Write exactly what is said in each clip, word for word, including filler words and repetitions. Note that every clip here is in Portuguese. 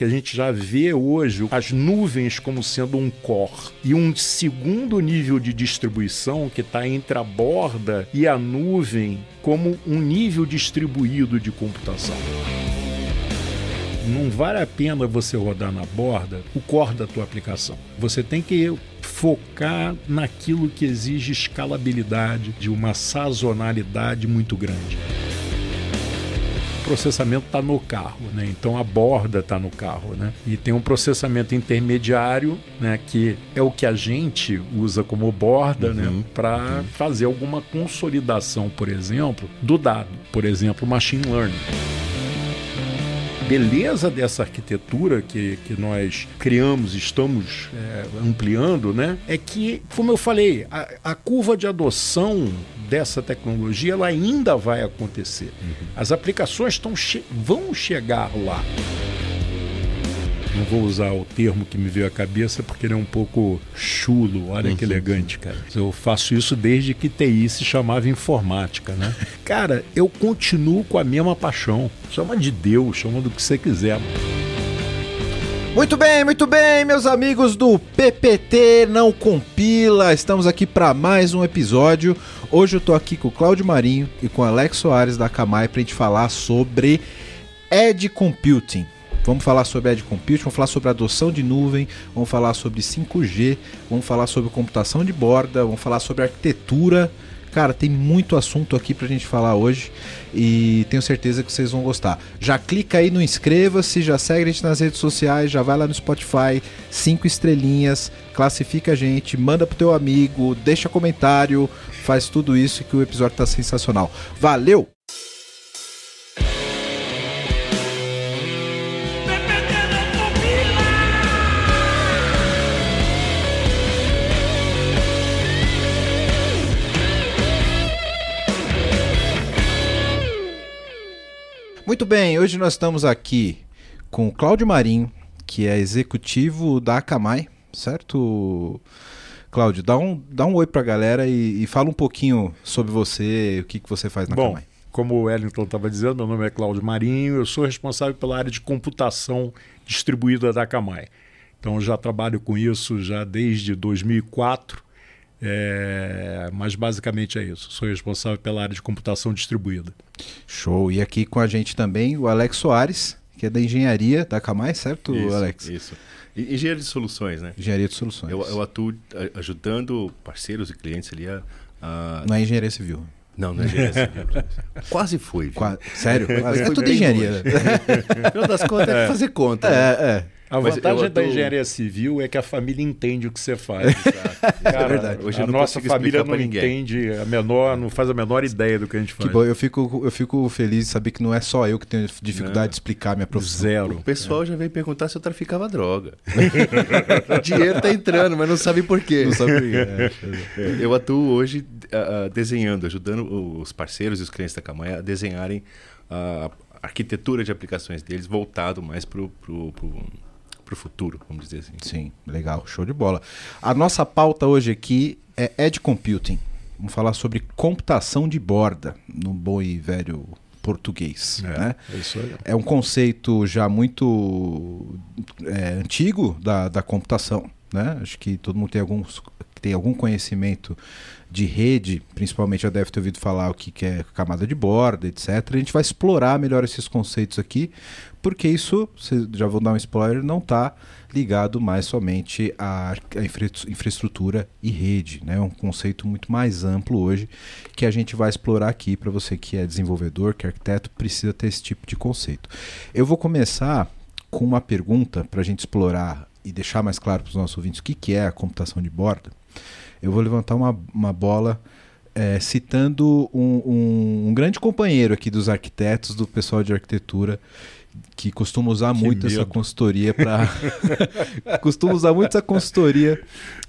que a gente já vê hoje as nuvens como sendo um core e um segundo nível de distribuição que está entre a borda e a nuvem como um nível distribuído de computação. Não vale a pena você rodar na borda o core da tua aplicação. Você tem que focar naquilo que exige escalabilidade, de uma sazonalidade muito grande. O processamento está no carro, né? Então a borda está no carro, né? E tem um processamento intermediário, né? Que é o que a gente usa como borda, uhum, né? Para uhum. fazer alguma consolidação, por exemplo, do dado. Por exemplo, machine learning. Beleza dessa arquitetura que, que nós criamos, estamos é, ampliando, né? É que, como eu falei, a, a curva de adoção dessa tecnologia ela ainda vai acontecer. Uhum. As aplicações tão che- vão chegar lá. Não vou usar o termo que me veio à cabeça porque ele é um pouco chulo, olha uhum. que elegante, cara. Eu faço isso desde que T I se chamava informática, né? Cara, eu continuo com a mesma paixão. Chama de Deus, chama do que você quiser. Muito bem, muito bem, meus amigos do P P T Não Compila. Estamos aqui para mais um episódio. Hoje eu tô aqui com o Cláudio Marinho e com o Alex Soares da Akamai pra gente falar sobre Edge Computing. Vamos falar sobre Edge Computing, vamos falar sobre adoção de nuvem, vamos falar sobre cinco G, vamos falar sobre computação de borda, vamos falar sobre arquitetura. Cara, tem muito assunto aqui pra gente falar hoje e tenho certeza que vocês vão gostar. Já clica aí no inscreva-se, já segue a gente nas redes sociais, já vai lá no Spotify, cinco estrelinhas, classifica a gente, manda pro teu amigo, deixa comentário, faz tudo isso que o episódio tá sensacional. Valeu! Muito bem, hoje nós estamos aqui com o Cláudio Marinho, que é executivo da Akamai, certo, Cláudio? Dá um, dá um oi pra galera e, e fala um pouquinho sobre você, o que, que você faz na Bom, Akamai. Como o Wellington estava dizendo, meu nome é Cláudio Marinho, eu sou responsável pela área de computação distribuída da Akamai. Então eu já trabalho com isso já desde dois mil e quatro, é, mas basicamente é isso. Sou responsável pela área de computação distribuída. Show. E aqui com a gente também o Alex Soares, que é da engenharia da Akamai, certo, isso, Alex? Isso. Engenharia de soluções, né? Engenharia de soluções. Eu, eu atuo ajudando parceiros e clientes ali a... a... Não é engenharia civil. Não, não é engenharia civil. Quase foi. Qua... Sério? É tudo engenharia. No final das contas é fazer conta. É, né? é. A vantagem atuo... da engenharia civil é que a família entende o que você faz. Cara, é verdade. Hoje a nossa família não entende a menor, não faz a menor ideia do que a gente faz. Que bom, eu fico, eu fico feliz de saber que não é só eu que tenho dificuldade não. de explicar a minha profissão. Zero. O pessoal é. já veio perguntar se eu traficava droga. O dinheiro tá entrando, mas não sabe por quê. Não sabe por quê. É. Eu atuo hoje uh, desenhando, ajudando os parceiros e os clientes da Akamai a desenharem a arquitetura de aplicações deles voltado mais para o para o futuro, vamos dizer assim. Sim, legal, show de bola. A nossa pauta hoje aqui é Edge Computing. Vamos falar sobre computação de borda, no bom e velho português. É, né? é isso aí. É um conceito já muito é, antigo da, da computação. Né? Acho que todo mundo tem, alguns, tem algum conhecimento de rede, principalmente já deve ter ouvido falar o que é camada de borda, etcétera. A gente vai explorar melhor esses conceitos aqui, porque isso, já vou dar um spoiler, não está ligado mais somente à, à infra, infraestrutura e rede. Né? É um conceito muito mais amplo hoje que a gente vai explorar aqui para você que é desenvolvedor, que é arquiteto, precisa ter esse tipo de conceito. Eu vou começar com uma pergunta para a gente explorar e deixar mais claro para os nossos ouvintes o que, que é a computação de borda. Eu vou levantar uma, uma bola é, citando um, um, um grande companheiro aqui dos arquitetos, do pessoal de arquitetura, que costuma usar que muito medo. essa consultoria para costuma usar muito essa consultoria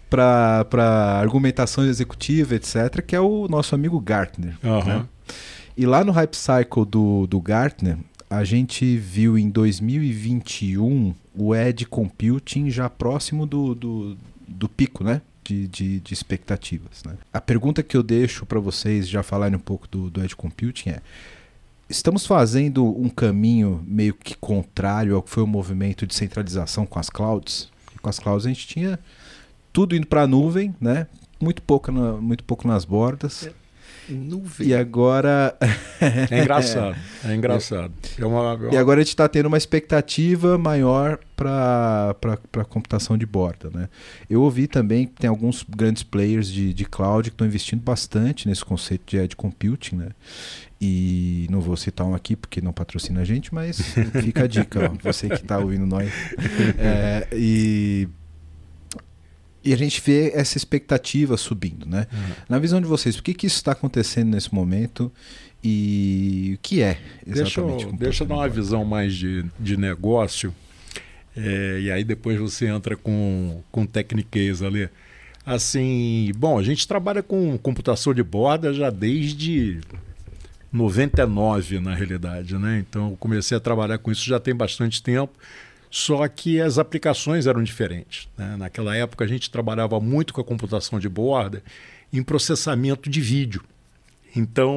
para argumentação executiva, etcétera, que é o nosso amigo Gartner. Uhum. Né? E lá no Hype Cycle do, do Gartner, a gente viu em dois mil e vinte e um o Edge Computing já próximo do, do, do pico, né? De, de, de expectativas. Né? A pergunta que eu deixo para vocês já falarem um pouco do, do Edge Computing é: estamos fazendo um caminho meio que contrário ao que foi o movimento de centralização com as clouds. Com as clouds a gente tinha tudo indo para a nuvem, né? Muito pouco, na, muito pouco nas bordas. É, nuvem. E agora... É engraçado, é engraçado. É uma, é uma... E agora a gente está tendo uma expectativa maior para a computação de borda, né? Eu ouvi também que tem alguns grandes players de, de cloud que estão investindo bastante nesse conceito de edge computing, né? E não vou citar um aqui porque não patrocina a gente, mas fica a dica, ó, você que está ouvindo nós. É, e... E a gente vê essa expectativa subindo, né? Uhum. Na visão de vocês, o que, que isso está acontecendo nesse momento e o que é exatamente? Deixa eu, deixa eu dar uma visão mais de, de negócio, é, e aí depois você entra com, com tecniquez ali. Assim, bom, a gente trabalha com computação de borda já desde noventa e nove, na realidade, né? Então eu comecei a trabalhar com isso já tem bastante tempo. Só que as aplicações eram diferentes, né? Naquela época a gente trabalhava muito com a computação de borda em processamento de vídeo. Então,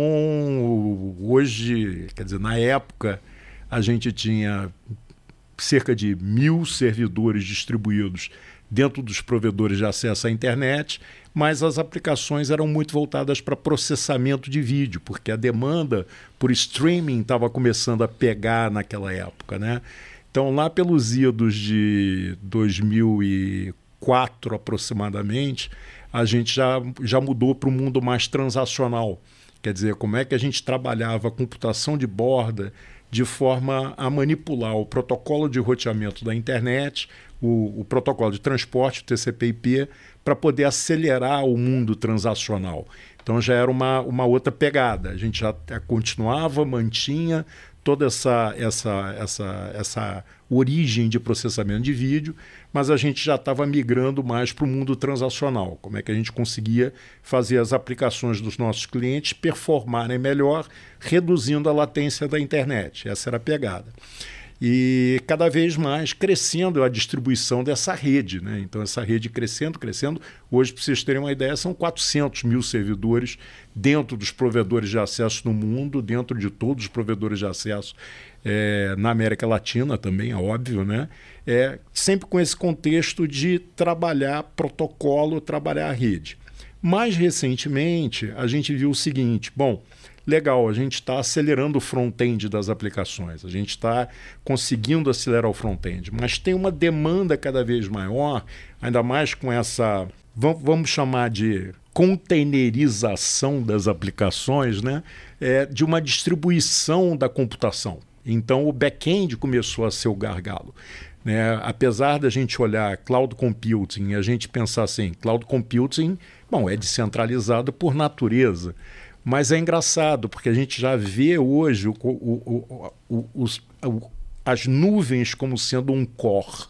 hoje, quer dizer, na época, a gente tinha cerca de mil servidores distribuídos dentro dos provedores de acesso à internet, mas as aplicações eram muito voltadas para processamento de vídeo, porque a demanda por streaming estava começando a pegar naquela época, né? Então, lá pelos idos de dois mil e quatro, aproximadamente, a gente já, já mudou para um mundo mais transacional. Quer dizer, como é que a gente trabalhava a computação de borda de forma a manipular o protocolo de roteamento da internet, o, o protocolo de transporte, o T C P I P, para poder acelerar o mundo transacional. Então, já era uma, uma outra pegada. A gente já continuava, mantinha toda essa, essa, essa, essa origem de processamento de vídeo, mas a gente já estava migrando mais para o mundo transacional. Como é que a gente conseguia fazer as aplicações dos nossos clientes performarem melhor, reduzindo a latência da internet. Essa era a pegada. E cada vez mais crescendo a distribuição dessa rede, né? Então essa rede crescendo, crescendo. Hoje, para vocês terem uma ideia, são quatrocentos mil servidores dentro dos provedores de acesso no mundo, dentro de todos os provedores de acesso é, na América Latina também, é óbvio, né? É, sempre com esse contexto de trabalhar protocolo, trabalhar a rede. Mais recentemente, a gente viu o seguinte, bom, legal, a gente está acelerando o front-end das aplicações, a gente está conseguindo acelerar o front-end, mas tem uma demanda cada vez maior, ainda mais com essa, vamos chamar de containerização das aplicações, né? É, de uma distribuição da computação. Então o back-end começou a ser o gargalo. Né? Apesar da gente olhar cloud computing e a gente pensar assim, cloud computing, bom, é descentralizado por natureza. Mas é engraçado, porque a gente já vê hoje o, o, o, o, os, o, as nuvens como sendo um core.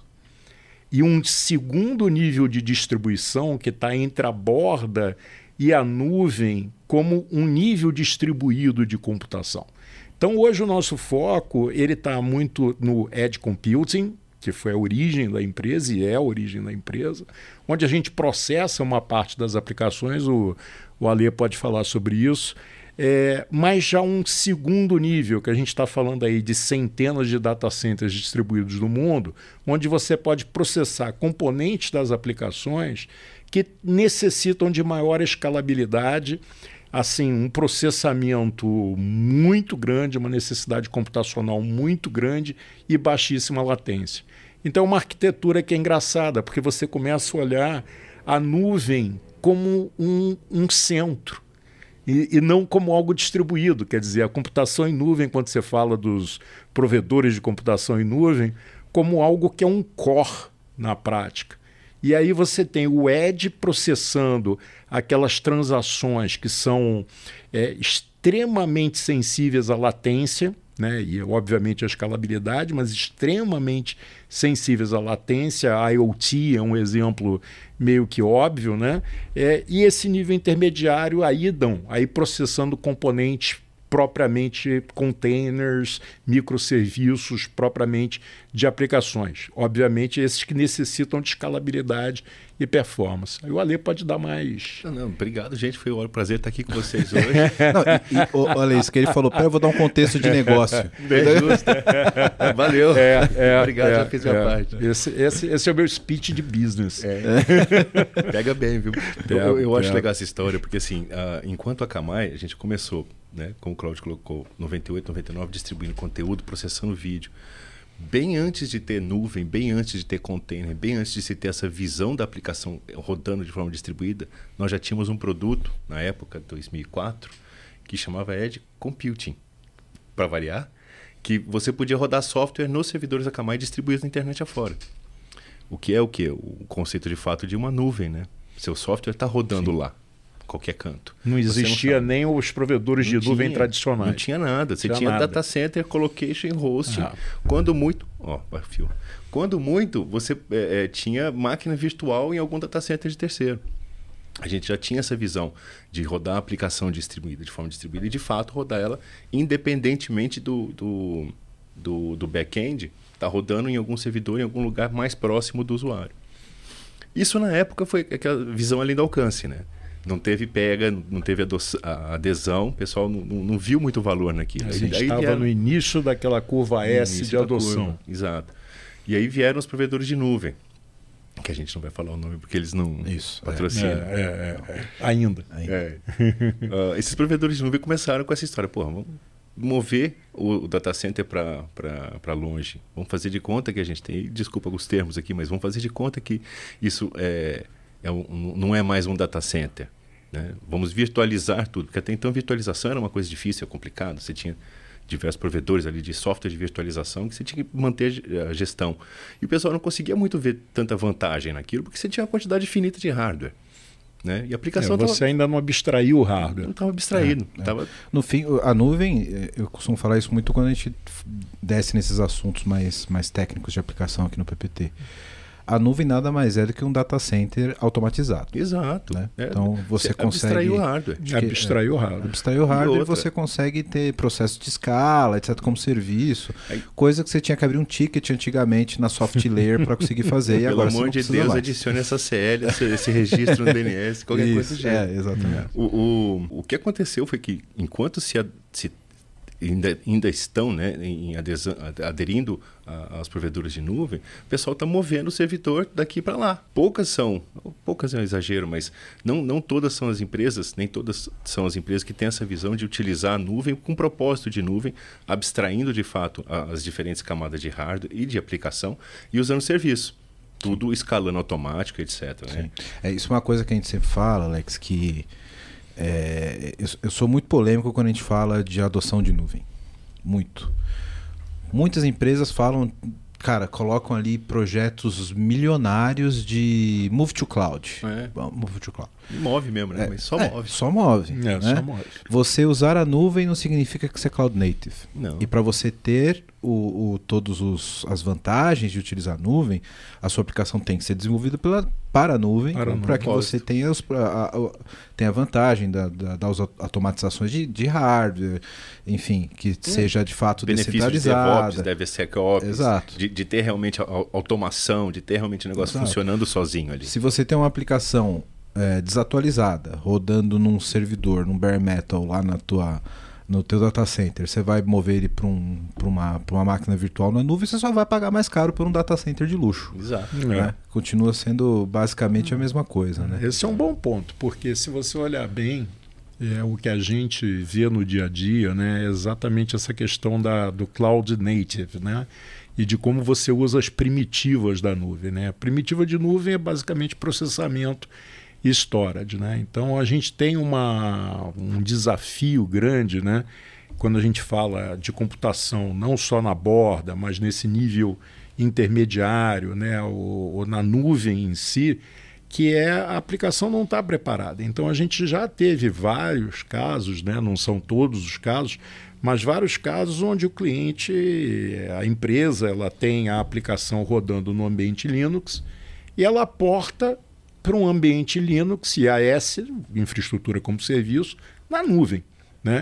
E um segundo nível de distribuição que está entre a borda e a nuvem como um nível distribuído de computação. Então hoje o nosso foco está muito no edge computing, que foi a origem da empresa e é a origem da empresa, onde a gente processa uma parte das aplicações, o, o Alê pode falar sobre isso, é, mas já um segundo nível, que a gente está falando aí de centenas de data centers distribuídos no mundo, onde você pode processar componentes das aplicações que necessitam de maior escalabilidade, assim, um processamento muito grande, uma necessidade computacional muito grande e baixíssima latência. Então é uma arquitetura que é engraçada, porque você começa a olhar a nuvem como um, um centro e, e não como algo distribuído. Quer dizer, a computação em nuvem, quando você fala dos provedores de computação em nuvem, como algo que é um core na prática. E aí você tem o edge processando aquelas transações que são é, extremamente sensíveis à latência, né? E obviamente à escalabilidade, mas extremamente sensíveis à latência. A IoT é um exemplo meio que óbvio, né? É, e esse nível intermediário, a I D A M, aí processando componentes propriamente containers, microserviços propriamente de aplicações. Obviamente, esses que necessitam de escalabilidade e performance. Aí o Ale pode dar mais... Não, não, obrigado, gente. Foi um prazer estar aqui com vocês hoje. Não, e, e, olha isso que ele falou. Pera, eu vou dar um contexto de negócio. É justo. Valeu. É, é, obrigado, é, já fiz minha é. parte. Esse, esse, esse é o meu speech de business. É. Pega bem, viu? Eu, eu, eu acho legal essa história, porque assim, uh, enquanto a Akamai, a gente começou, né, como o Claudio colocou, noventa e oito, noventa e nove, distribuindo conteúdo, processando vídeo. Bem antes de ter nuvem, bem antes de ter container, bem antes de se ter essa visão da aplicação rodando de forma distribuída, nós já tínhamos um produto, na época, dois mil e quatro, que chamava Edge Computing, para variar, que você podia rodar software nos servidores Akamai distribuídos na internet afora. O que é o quê? O conceito de fato de uma nuvem, né? Seu software está rodando Sim. lá. Qualquer canto. Não existia não nem os provedores não de nuvem tinha, tradicionais. Não tinha nada. Você tinha tinha nada. data center, colocation, hosting. Ah. Quando muito, ó, fio. Quando muito, você é, é, tinha máquina virtual em algum data center de terceiro. A gente já tinha essa visão de rodar a aplicação distribuída, de forma distribuída, e de fato rodar ela independentemente do, do, do, do back-end, está rodando em algum servidor, em algum lugar mais próximo do usuário. Isso na época foi aquela visão além do alcance, né? Não teve pega, não teve adesão, o pessoal não, não, não viu muito valor naquilo. A gente aí estava vieram... no início daquela curva S de adoção. Curva, exato. E aí vieram os provedores de nuvem, que a gente não vai falar o nome porque eles não Isso, patrocinam. É, é, é, é. Ainda. É. uh, esses provedores de nuvem começaram com essa história. Pô, vamos mover o data center para longe. Vamos fazer de conta que a gente tem... Desculpa os termos aqui, mas vamos fazer de conta que isso é, é um, não é mais um data center. Né? Vamos virtualizar tudo, porque até então virtualização era uma coisa difícil, é complicado. Você tinha diversos provedores ali de software de virtualização que você tinha que manter a gestão. E o pessoal não conseguia muito ver tanta vantagem naquilo, porque você tinha uma quantidade infinita de hardware. Né? E a aplicação é, você tava... ainndo não abstraiu o hardware. Não estava abstraído. É, é. Tava... No fim, a nuvem, eu costumo falar isso muito quando a gente desce nesses assuntos mais, mais técnicos de aplicação aqui no P P T. A nuvem nada mais é do que um data center automatizado. Exato. Né? É, então você consegue... abstrair o hardware. Abstrair o hardware. Abstrair o hardware e, e você consegue ter processo de escala, etcétera, como serviço. Aí, coisa que você tinha que abrir um ticket antigamente na soft layer para conseguir fazer. E agora pelo amor de Deus, mais. Adicione essa C L, esse, esse registro no D N S, qualquer Isso, coisa do gênero. É, exatamente. O, o, o que aconteceu foi que, enquanto se, se Ainda, ainda estão, né, em adesão, aderindo a, aos provedores de nuvem, o pessoal está movendo o servidor daqui para lá. Poucas são, poucas é um exagero, mas não, não todas são as empresas, nem todas são as empresas que têm essa visão de utilizar a nuvem com propósito de nuvem, abstraindo de fato as diferentes camadas de hardware e de aplicação e usando serviço. Tudo escalando automático, etcétera. Né? É, isso é uma coisa que a gente sempre fala, Alex, que É, eu, eu sou muito polêmico quando a gente fala de adoção de nuvem. Muito. Muitas empresas falam, cara, colocam ali projetos milionários de move to cloud. É. Move to cloud. Move mesmo, né? É, Mas só é, move. Só move. É, né? só move. Você usar a nuvem não significa que você é cloud native. Não. E para você ter o, o, todas as vantagens de utilizar a nuvem, a sua aplicação tem que ser desenvolvida pela, para a nuvem, para que você tenha, os, a, a, tenha a vantagem da, da, das automatizações de, de hardware, enfim, que hum. seja de fato descentralizada. De DevOps, DevSecOps, Exato. De, de ter realmente a, a automação, de ter realmente o negócio Exato. funcionando sozinho ali. Se você tem uma aplicação É, desatualizada, rodando num servidor, num bare metal lá na tua, no teu data center, você vai mover ele para um, uma, uma máquina virtual na nuvem, você só vai pagar mais caro por um data center de luxo. Exato. Né? É. Continua sendo basicamente a mesma coisa. Né? Esse é um bom ponto, porque se você olhar bem, é, o que a gente vê no dia a dia, né, é exatamente essa questão da, do cloud native, né? E de como você usa as primitivas da nuvem. Né? A primitiva de nuvem é basicamente processamento e storage, né? Então a gente tem uma, um desafio grande, né? Quando a gente fala de computação não só na borda, mas nesse nível intermediário, né? ou, ou na nuvem em si, que é a aplicação não está preparada. Então a gente já teve vários casos, né? Não são todos os casos, mas vários casos onde o cliente, a empresa, ela tem a aplicação rodando no ambiente Linux e ela aporta para um ambiente Linux, I A S, infraestrutura como serviço, na nuvem. Né?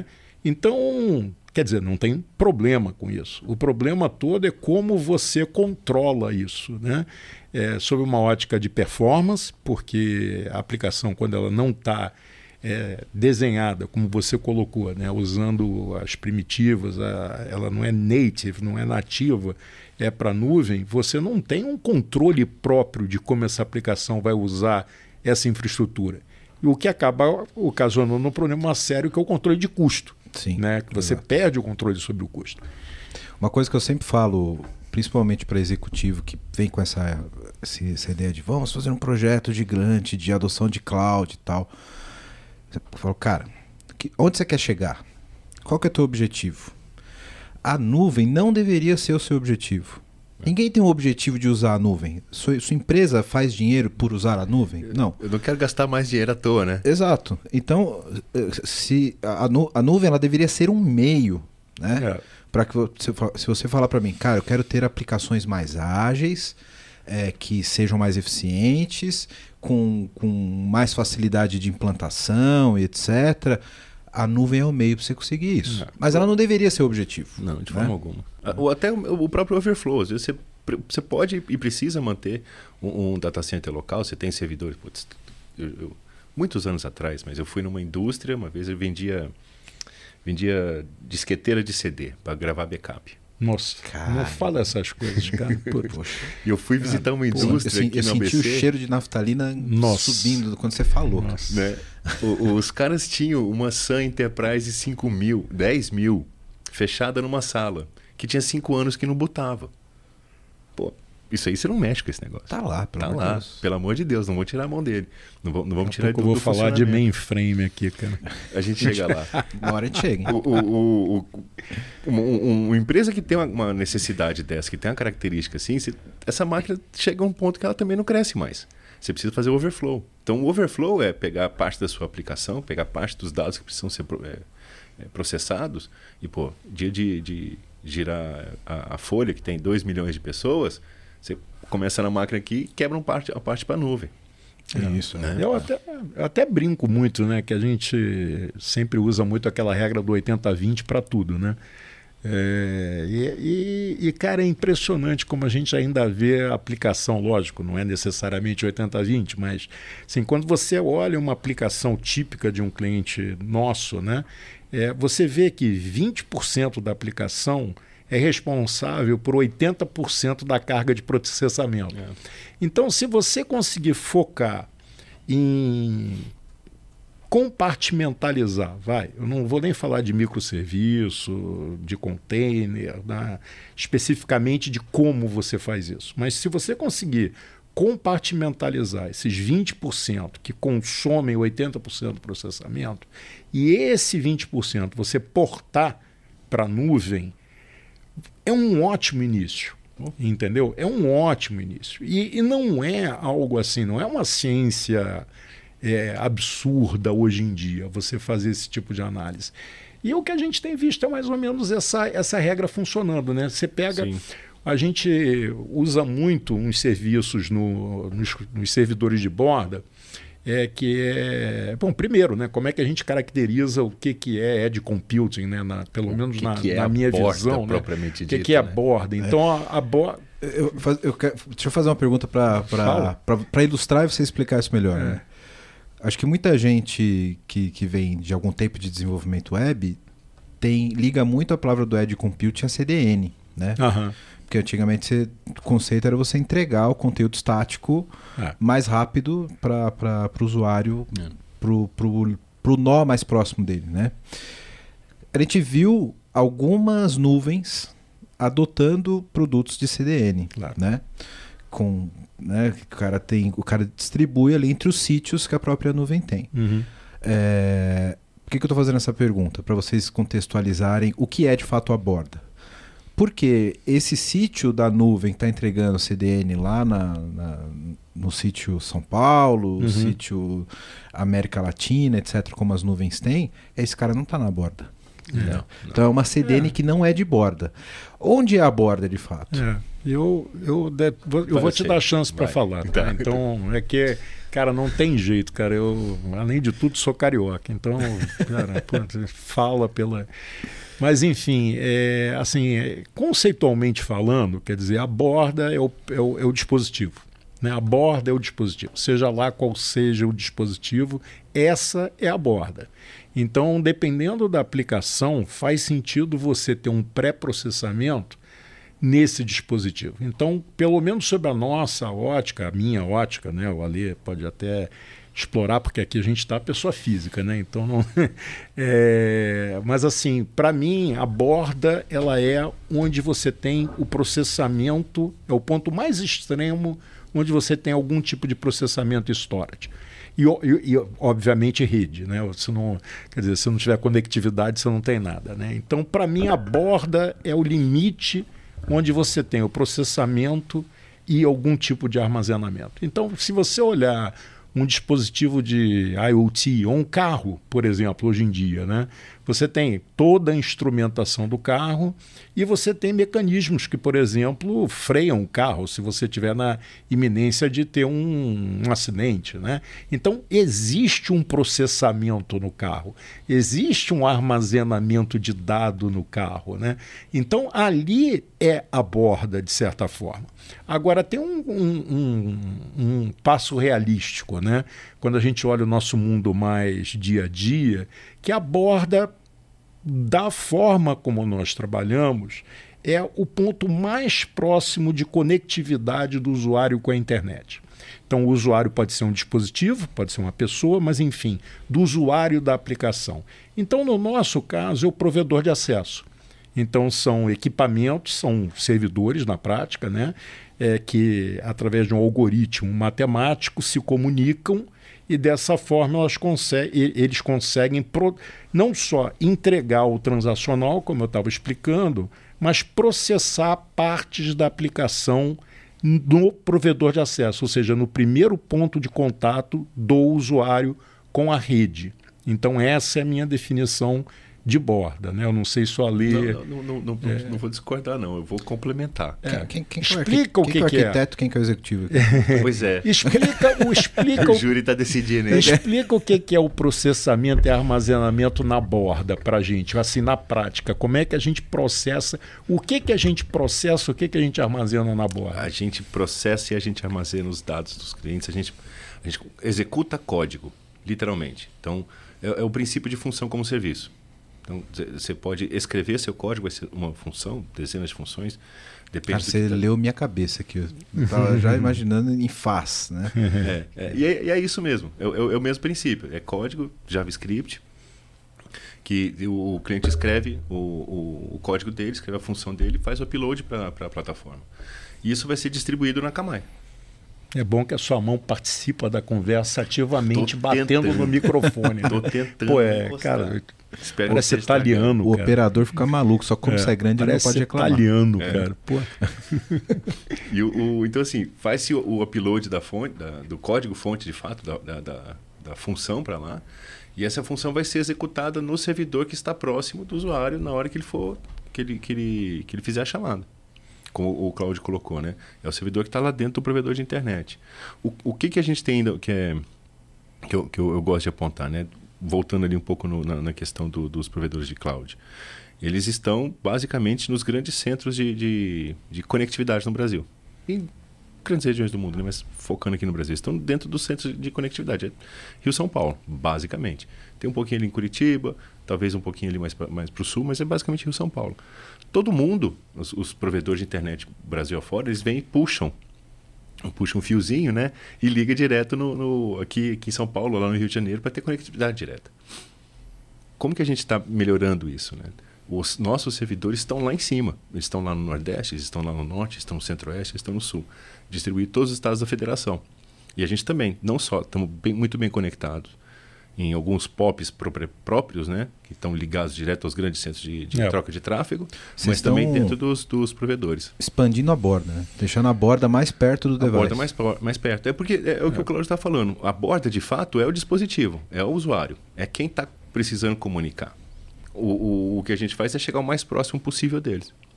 Então, quer dizer, não tem problema com isso. O problema todo é como você controla isso, né? É, sob uma ótica de performance, porque a aplicação, quando ela não está é, desenhada, como você colocou, né? Usando as primitivas, a, ela não é native, não é nativa, é para nuvem, você não tem um controle próprio de como essa aplicação vai usar essa infraestrutura. E o que acaba ocasionando um problema sério, que é o controle de custo. Sim, né? Que você exato. Perde o controle sobre o custo. Uma coisa que eu sempre falo, principalmente para executivo que vem com essa, essa ideia de vamos fazer um projeto gigante de adoção de cloud e tal. Eu falo, cara, que, onde você quer chegar? Qual que é o teu objetivo? A nuvem não deveria ser o seu objetivo. Ninguém tem o objetivo de usar a nuvem. Sua, sua empresa faz dinheiro por usar a nuvem? Não. Eu não quero gastar mais dinheiro à toa, né? Exato. Então, se a, nu, a nuvem ela deveria ser um meio, né? É. Para que você, se você falar para mim, cara, eu quero ter aplicações mais ágeis, é, que sejam mais eficientes, com, com mais facilidade de implantação e etcétera. A nuvem é o meio para você conseguir isso. Não. Mas ela não deveria ser o objetivo. Não, de forma né? alguma. Ou até o próprio Overflow. Você, você pode e precisa manter um, um data center local. Você tem servidores... Putz, eu, eu, muitos anos atrás, mas eu fui numa indústria, uma vez eu vendia, vendia disqueteira de C D para gravar backup. Nossa, cara, não fala essas coisas, cara. Poxa. E eu fui visitar uma indústria eu, aqui eu na senti A B C. O cheiro de naftalina Nossa. Subindo quando você falou. Nossa. Né? o, os caras tinham uma Sun Enterprise cinco mil, dez mil, fechada numa sala, que tinha cinco anos que não botava. Pô, isso aí você não mexe com esse negócio. Tá lá, pelo tá amor lá, de Deus. Pelo amor de Deus, não vou tirar a mão dele. Não, vou, não vamos tirar ele do Eu vou falar de mainframe aqui, cara. A gente chega lá. Uma hora a gente chega. O, o, o, o, uma, uma empresa que tem uma necessidade dessa, que tem uma característica assim, se, essa máquina chega a um ponto que ela também não cresce mais. Você precisa fazer o overflow. Então, o overflow é pegar parte da sua aplicação, pegar parte dos dados que precisam ser é, é, processados e, pô, dia de, de girar a, a folha, que tem dois milhões de pessoas, você começa na máquina aqui e quebra uma parte, a parte para a nuvem. É isso, né? Eu até, eu até brinco muito, né? Que a gente sempre usa muito aquela regra do oitenta vinte para tudo, né? É, e, e, e, cara, é impressionante como a gente ainda vê a aplicação, lógico, não é necessariamente oitenta vinte, mas assim, quando você olha uma aplicação típica de um cliente nosso, né? É, você vê que vinte por cento da aplicação é responsável por oitenta por cento da carga de processamento. É. Então, se você conseguir focar em compartimentalizar, vai, eu não vou nem falar de microserviço, de container, né, especificamente de como você faz isso, mas se você conseguir compartimentalizar esses vinte por cento que consomem oitenta por cento do processamento e esse vinte por cento você portar para a nuvem, é um ótimo início, entendeu? É um ótimo início. E, e não é algo assim, não é uma ciência é, absurda hoje em dia você fazer esse tipo de análise. E o que a gente tem visto é mais ou menos essa, essa regra funcionando, né? Você pega... Sim. A gente usa muito uns serviços no, nos, nos servidores de borda, é, que é... Bom, primeiro, né, como é que a gente caracteriza o que, que é edge computing, né, na, pelo o menos que na, que é na minha borda, visão. Propriamente né? dito, o que, que é né? borda? Então, é. a, a borda... Eu, eu quero, deixa eu fazer uma pergunta para ilustrar e você explicar isso melhor. É. Né? Acho que muita gente que, que vem de algum tempo de desenvolvimento web tem, liga muito a palavra do edge computing a C D N, né? Aham. Porque antigamente você, o conceito era você entregar o conteúdo estático é. mais rápido para o usuário, é. para o nó mais próximo dele. Né? A gente viu algumas nuvens adotando produtos de C D N. Claro. Né? Com, né, o, cara tem, o cara distribui ali entre os sítios que a própria nuvem tem. Uhum. É, por que, que eu estou fazendo essa pergunta? Para vocês contextualizarem o que é de fato a borda. Porque esse sítio da nuvem está entregando C D N lá na, na, no sítio São Paulo, uhum. sítio América Latina, etcétera, como as nuvens têm, esse cara não está na borda. É. Não, não. Então é uma C D N é. que não é de borda. Onde é a borda de fato? É. Eu, eu, de, vou, eu vou te dar chance para falar. Tá? Então, é que, cara, não tem jeito, cara. Eu, além de tudo, sou carioca. Então, cara, pô, fala pela... Mas, enfim, é, assim, é, conceitualmente falando, quer dizer, a borda é o, é o, é o dispositivo. Né? A borda é o dispositivo. Seja lá qual seja o dispositivo, essa é a borda. Então, dependendo da aplicação, faz sentido você ter um pré-processamento nesse dispositivo. Então, pelo menos sobre a nossa ótica, a minha ótica, né? O Alê pode até explorar, porque aqui a gente está pessoa física, né? Então não. É... Mas assim, para mim, a borda ela é onde você tem o processamento, é o ponto mais extremo onde você tem algum tipo de processamento e storage. E, e, e obviamente rede, né? Se não, quer dizer, se não tiver conectividade, você não tem nada, né? Então, para mim, a borda é o limite onde você tem o processamento e algum tipo de armazenamento. Então, se você olhar um dispositivo de IoT ou um carro, por exemplo, hoje em dia, né? Você tem toda a instrumentação do carro e você tem mecanismos que, por exemplo, freiam o carro se você estiver na iminência de ter um, um acidente, né? Então, existe um processamento no carro, existe um armazenamento de dado no carro, né? Então, ali é a borda, de certa forma. Agora, tem um, um, um, um passo realístico, né? Quando a gente olha o nosso mundo mais dia a dia, que a borda, da forma como nós trabalhamos, é o ponto mais próximo de conectividade do usuário com a internet. Então, o usuário pode ser um dispositivo, pode ser uma pessoa, mas, enfim, do usuário da aplicação. Então, no nosso caso, é o provedor de acesso. Então, são equipamentos, são servidores, na prática, né, é, que, através de um algoritmo matemático, se comunicam e, dessa forma, elas conseguem, eles conseguem pro, não só entregar o transacional, como eu estava explicando, mas processar partes da aplicação no provedor de acesso, ou seja, no primeiro ponto de contato do usuário com a rede. Então, essa é a minha definição de borda, né? Eu não sei se o Alê... Não, não, não, não, é... não vou discordar, não. Eu vou complementar. É. Quem, quem, explica o que, quem que é o arquiteto, que é. quem que é o executivo. Pois é. Explica, o, explica o júri está decidindo. Hein? Explica o que, que é o processamento e armazenamento na borda para a gente, assim, na prática. Como é que a gente processa, o que, que a gente processa, o que, que a gente armazena na borda? A gente processa e a gente armazena os dados dos clientes, a gente, a gente executa código, literalmente. Então, é, é o princípio de função como serviço. Então, você pode escrever seu código, vai ser uma função, dezenas de funções. Depende. Cara, você tá... leu minha cabeça aqui. Eu estava já imaginando em faz, né? É, é, e, é, e é isso mesmo. É, é, é o mesmo princípio. É código, JavaScript, que o, o cliente escreve o, o, o código dele, escreve a função dele, faz o upload para a plataforma. E isso vai ser distribuído na Akamai. É bom que a sua mão participa da conversa ativamente, Tô batendo tentando. no microfone. Tô tentando. Pô, é, mostrar. cara, Espero parece italiano. O cara. operador fica maluco, só como é, sai grande ele não pode reclamar. Italiano, é. cara. Pô. E o, o, então, assim, faz-se o, o upload da fonte, da, do código-fonte, de fato, da, da, da, da função para lá. E essa função vai ser executada no servidor que está próximo do usuário na hora que ele for, que ele, que ele, que ele fizer a chamada. Como o Cláudio colocou, né? É o servidor que está lá dentro do provedor de internet. O, o que, que a gente tem ainda que, é, que, eu, que eu, eu gosto de apontar, né? Voltando ali um pouco no, na, na questão do, dos provedores de cloud. Eles estão basicamente nos grandes centros de, de, de conectividade no Brasil. Em grandes regiões do mundo, né? Mas focando aqui no Brasil. Estão dentro dos centros de conectividade. É Rio-São Paulo, basicamente. Tem um pouquinho ali em Curitiba, talvez um pouquinho ali mais para mais o sul, mas é basicamente Rio-São Paulo. Todo mundo, os, os provedores de internet Brasil afora, eles vêm e puxam, puxam um fiozinho, né? E liga direto no, no, aqui, aqui em São Paulo, lá no Rio de Janeiro, para ter conectividade direta. Como que a gente está melhorando isso, né? Os nossos servidores estão lá em cima. Eles estão lá no Nordeste, eles estão lá no Norte, estão no Centro-Oeste, estão no Sul. Distribuídos em todos os estados da federação. E a gente também, não só, estamos bem, muito bem conectados em alguns P O Ps próprios, né, que estão ligados direto aos grandes centros de, de é. troca de tráfego, Vocês mas também dentro dos, dos provedores. Expandindo a borda, né? Deixando a borda mais perto do a device. A borda mais, mais perto. É porque é, é o que é. o Cláudio está falando. A borda, de fato, é o dispositivo, é o usuário, é quem está precisando comunicar. O, o, o que a gente faz é chegar o mais próximo possível deles.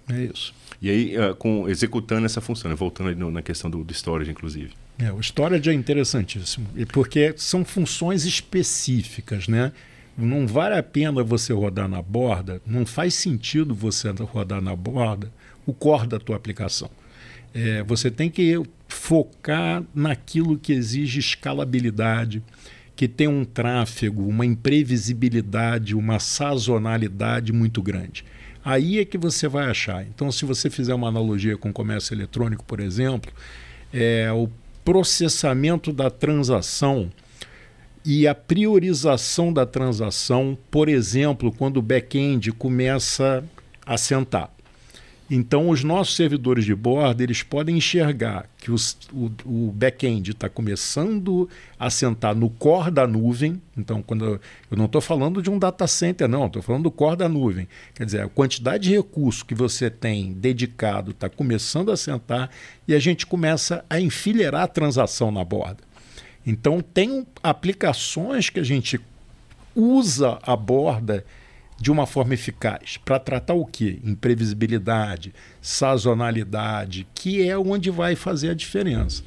É isso. E aí, uh, com, executando essa função, né? Voltando ali no, na questão do, do storage, inclusive. É, o storage é interessantíssimo, porque são funções específicas, né? Não vale a pena você rodar na borda, não faz sentido você rodar na borda o core da tua aplicação. É, você tem que focar naquilo que exige escalabilidade, que tem um tráfego, uma imprevisibilidade, uma sazonalidade muito grande. Aí é que você vai achar. Então, se você fizer uma analogia com o comércio eletrônico, por exemplo, é, o processamento da transação e a priorização da transação, por exemplo, quando o back-end começa a sentar. Então, os nossos servidores de borda, eles podem enxergar que os, o, o back-end está começando a sentar no core da nuvem. Então, quando eu, eu não estou falando de um data center, não, estou falando do core da nuvem. Quer dizer, a quantidade de recurso que você tem dedicado está começando a sentar e a gente começa a enfileirar a transação na borda. Então, tem aplicações que a gente usa a borda de uma forma eficaz para tratar o quê? Imprevisibilidade, sazonalidade, que é onde vai fazer a diferença.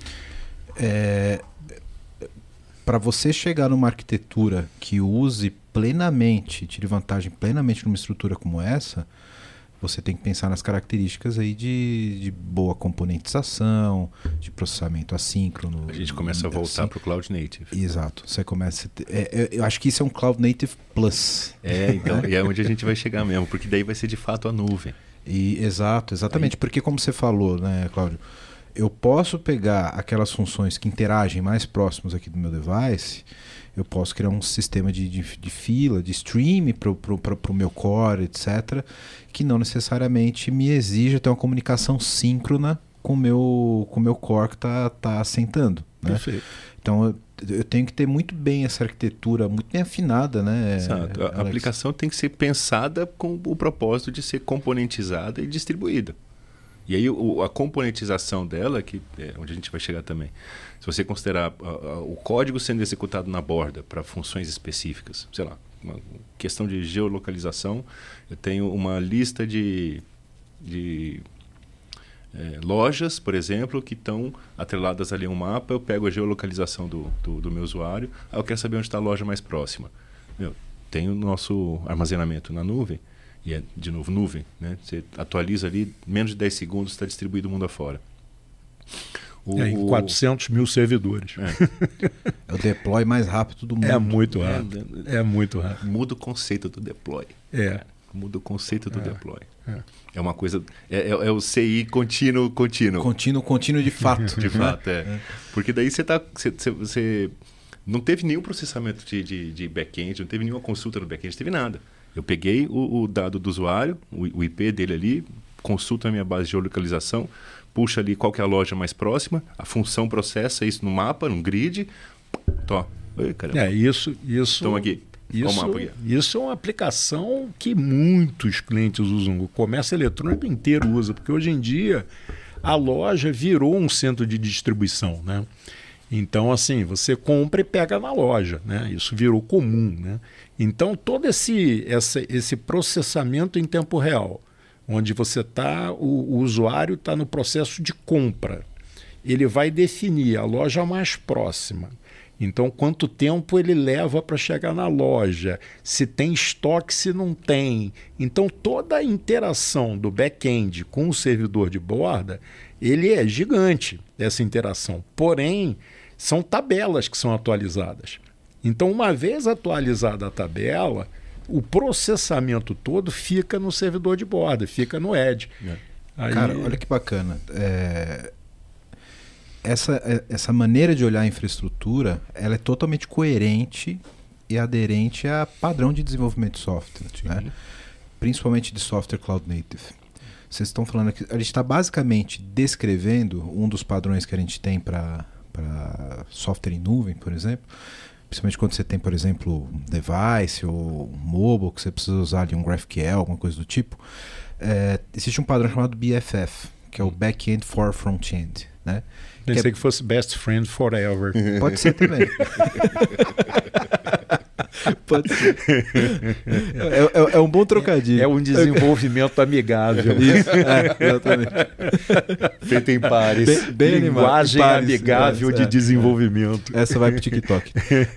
É, para você chegar numa arquitetura que use plenamente, tire vantagem plenamente numa estrutura como essa, você tem que pensar nas características aí de, de boa componentização, de processamento assíncrono. A gente começa a voltar para o Cloud Native. Exato. Você começa. É, eu acho que isso é um Cloud Native Plus. É, então, e é onde a gente vai chegar mesmo, porque daí vai ser de fato a nuvem. E, exato, exatamente. Aí... Porque, como você falou, né, Cláudio, eu posso pegar aquelas funções que interagem mais próximos aqui do meu device. Eu posso criar um sistema de, de, de fila, de stream para o meu core, etcétera, que não necessariamente me exija ter uma comunicação síncrona com o meu, com o meu core que está tá assentando. Né? Perfeito. Então, eu, eu tenho que ter muito bem essa arquitetura, muito bem afinada. Né, Exato. A Alex? aplicação tem que ser pensada com o propósito de ser componentizada e distribuída. E aí o, a componentização dela, que é onde a gente vai chegar também, se você considerar a, a, o código sendo executado na borda para funções específicas, sei lá, uma questão de geolocalização, eu tenho uma lista de, de é, lojas, por exemplo, que estão atreladas ali a um mapa, eu pego a geolocalização do, do, do meu usuário, aí eu quero saber onde está a loja mais próxima. Meu, tem o nosso armazenamento na nuvem, e é, de novo, nuvem, né? Você atualiza ali, menos de dez segundos está distribuído o mundo afora. O, é, em quatrocentos mil servidores. É. É o deploy mais rápido do mundo. É muito rápido. É, é muito rápido. Muda o conceito do deploy. É. Muda o conceito do é. deploy. É. É uma coisa... É, é, é o C I contínuo, contínuo. Contínuo, contínuo de fato. De fato, é. é. Porque daí você tá... Você, você não teve nenhum processamento de, de, de back-end, não teve nenhuma consulta no back-end, não teve nada. Eu peguei o, o dado do usuário, o, o I P dele ali, consulto a minha base de geolocalização, puxa ali qual que é a loja mais próxima, a função processa isso no mapa, num grid, tó. Oi, caramba. É, isso, isso, Toma aqui. Isso, mapa aqui. Isso é uma aplicação que muitos clientes usam, o comércio eletrônico inteiro usa, porque hoje em dia a loja virou um centro de distribuição, né? Então, assim, você compra e pega na loja, né? Isso virou comum, né? Então, todo esse, essa, esse processamento em tempo real, onde você está, o, o usuário está no processo de compra, ele vai definir a loja mais próxima. Então, quanto tempo ele leva para chegar na loja, se tem estoque, se não tem. Então, toda a interação do back-end com o servidor de borda, ele é gigante, essa interação. Porém, são tabelas que são atualizadas. Então, uma vez atualizada a tabela, o processamento todo fica no servidor de borda, fica no Edge. É. Aí... Cara, olha que bacana. É... Essa, essa maneira de olhar a infraestrutura, ela é totalmente coerente e aderente a padrão de desenvolvimento de software, né? Principalmente de software cloud native. Vocês estão falando aqui, a gente está basicamente descrevendo um dos padrões que a gente tem para para software em nuvem, por exemplo, principalmente quando você tem, por exemplo, um device ou um mobile, que você precisa usar ali um GraphQL, alguma coisa do tipo. É, existe um padrão chamado B F F, que é o Backend for Frontend, né? Pensei que, é... que fosse Best Friend Forever. Pode ser também. Pode ser. É, é, é um bom trocadilho. É um desenvolvimento amigável. Isso, é, exatamente. Feito em pares. Bem, bem Linguagem animado. Pares, amigável pares, de é. desenvolvimento. Essa vai pro TikTok.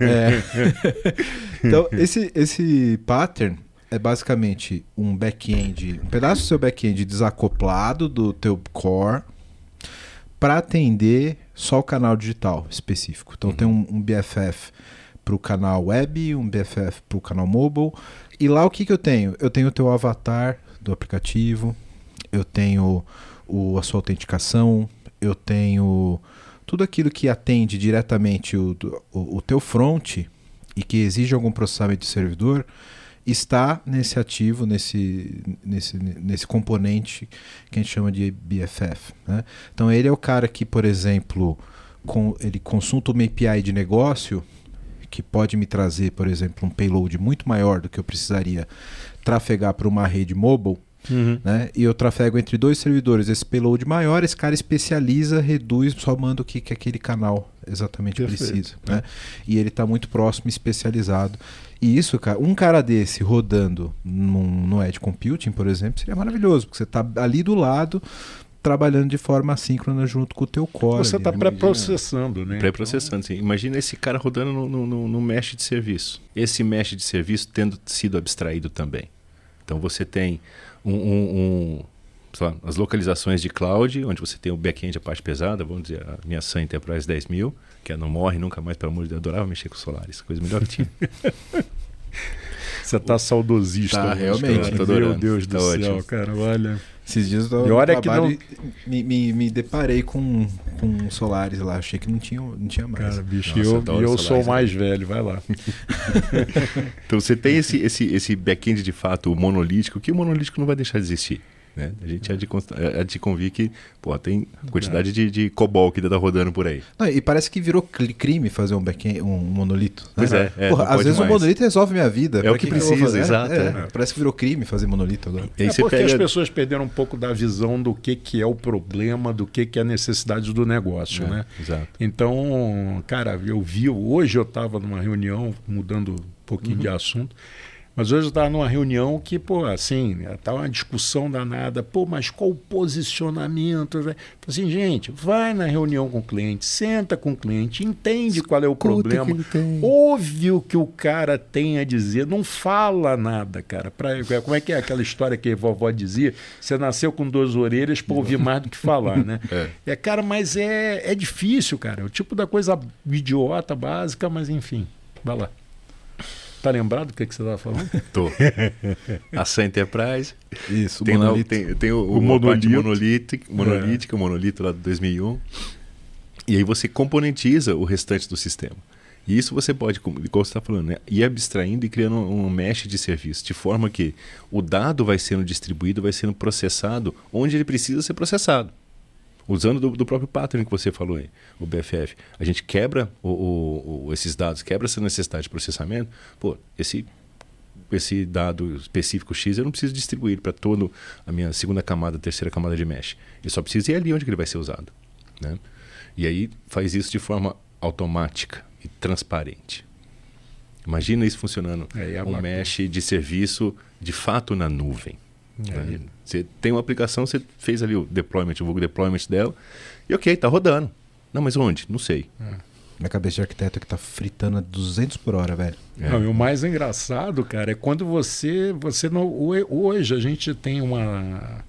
É. Então, esse, esse pattern é basicamente um back-end, um pedaço do seu back-end desacoplado do teu core para atender só o canal digital específico. Então, uhum. tem um, um B F F para o canal web, um B F F para o canal mobile. E lá o que, que eu tenho? Eu tenho o teu avatar do aplicativo, eu tenho o, a sua autenticação, eu tenho tudo aquilo que atende diretamente o, o, o teu front e que exige algum processamento de servidor, está nesse ativo, nesse, nesse, nesse componente que a gente chama de B F F. Né? Então ele é o cara que, por exemplo, com, ele consulta uma A P I de negócio que pode me trazer, por exemplo, um payload muito maior do que eu precisaria trafegar para uma rede mobile. Uhum. Né? E eu trafego entre dois servidores esse payload maior, esse cara especializa, reduz, só manda o que, que aquele canal exatamente Perfeito. precisa. Né? É. E ele está muito próximo, especializado. E isso, cara, um cara desse rodando num, no Edge Computing, por exemplo, seria maravilhoso, porque você está ali do lado, trabalhando de forma assíncrona junto com o teu core. Você está pré-processando, né? Pré-processando, sim. Imagina esse cara rodando no, no, no mesh de serviço. Esse mesh de serviço tendo sido abstraído também. Então você tem um, um, um, sei lá, as localizações de cloud, onde você tem o back-end, a parte pesada, vamos dizer, a minha Sun Enterprise dez mil, que não morre nunca mais, pelo amor de Deus, eu adorava mexer com Solaris, coisa melhor que tinha. Você tá saudosista. Tá, realmente. Cara. Meu Deus do tá céu, ótimo. cara, olha... Esses dias eu e olha que não... me, me, me deparei com, com Solaris lá, achei que não tinha, não tinha mais. Cara, bicho, Nossa, eu, eu, eu Solaris, sou mais né? velho, vai lá. Então você tem esse, esse, esse back-end de fato monolítico, que o monolítico não vai deixar de existir. Né? A gente há de, há de convir que pô, tem quantidade de, de COBOL que ainda tá rodando por aí. Não, e parece que virou crime fazer um back-end, um monolito. Né? Pois é. é Porra, às vezes mais. o monolito resolve minha vida. É o que, que precisa, exato. É, É. Parece que virou crime fazer monolito agora. É aí porque pega... as pessoas perderam um pouco da visão do que, que é o problema, do que, que é a necessidade do negócio. É, né? Exato. Então, cara, eu vi, hoje eu estava numa reunião, mudando um pouquinho uhum. de assunto, mas hoje eu estava numa reunião que, pô, assim, estava uma discussão danada, pô, mas qual o posicionamento? Falei assim, gente, vai na reunião com o cliente, senta com o cliente, entende Escuta qual é o problema, ouve o que o cara tem a dizer, não fala nada, cara. Pra, como é que é aquela história que a vovó dizia? Você nasceu com duas orelhas para ouvir mais do que falar, né? É. É, cara, mas é, é difícil, cara, é o tipo da coisa idiota, básica, mas enfim, vai lá. Tá lembrado do que, que você estava falando? Tô. A Sun Enterprise. Isso, tem, lá, tem, tem o, o, o monolito. monolítica, monolítica, é. o monolito lá de dois mil e um. E aí você componentiza o restante do sistema. E isso você pode, como você está falando, né, ir abstraindo e criando um mesh de serviço, de forma que o dado vai sendo distribuído, vai sendo processado onde ele precisa ser processado. Usando do, do próprio pattern que você falou aí, o B F F. A gente quebra o, o, o, esses dados, quebra essa necessidade de processamento. Pô, esse, esse dado específico X eu não preciso distribuir para toda a minha segunda camada, terceira camada de mesh. Eu só preciso ir ali onde ele vai ser usado. Né? E aí faz isso de forma automática e transparente. Imagina isso funcionando. É, um mesh de serviço de fato na nuvem. É. Você tem uma aplicação, você fez ali o deployment, o deployment dela, e ok, tá rodando. Não, mas onde? Não sei. É. Minha cabeça de arquiteto que tá fritando a duzentos por hora, velho. É. Não, e o mais engraçado, cara, é quando você, você não, hoje a gente tem uma...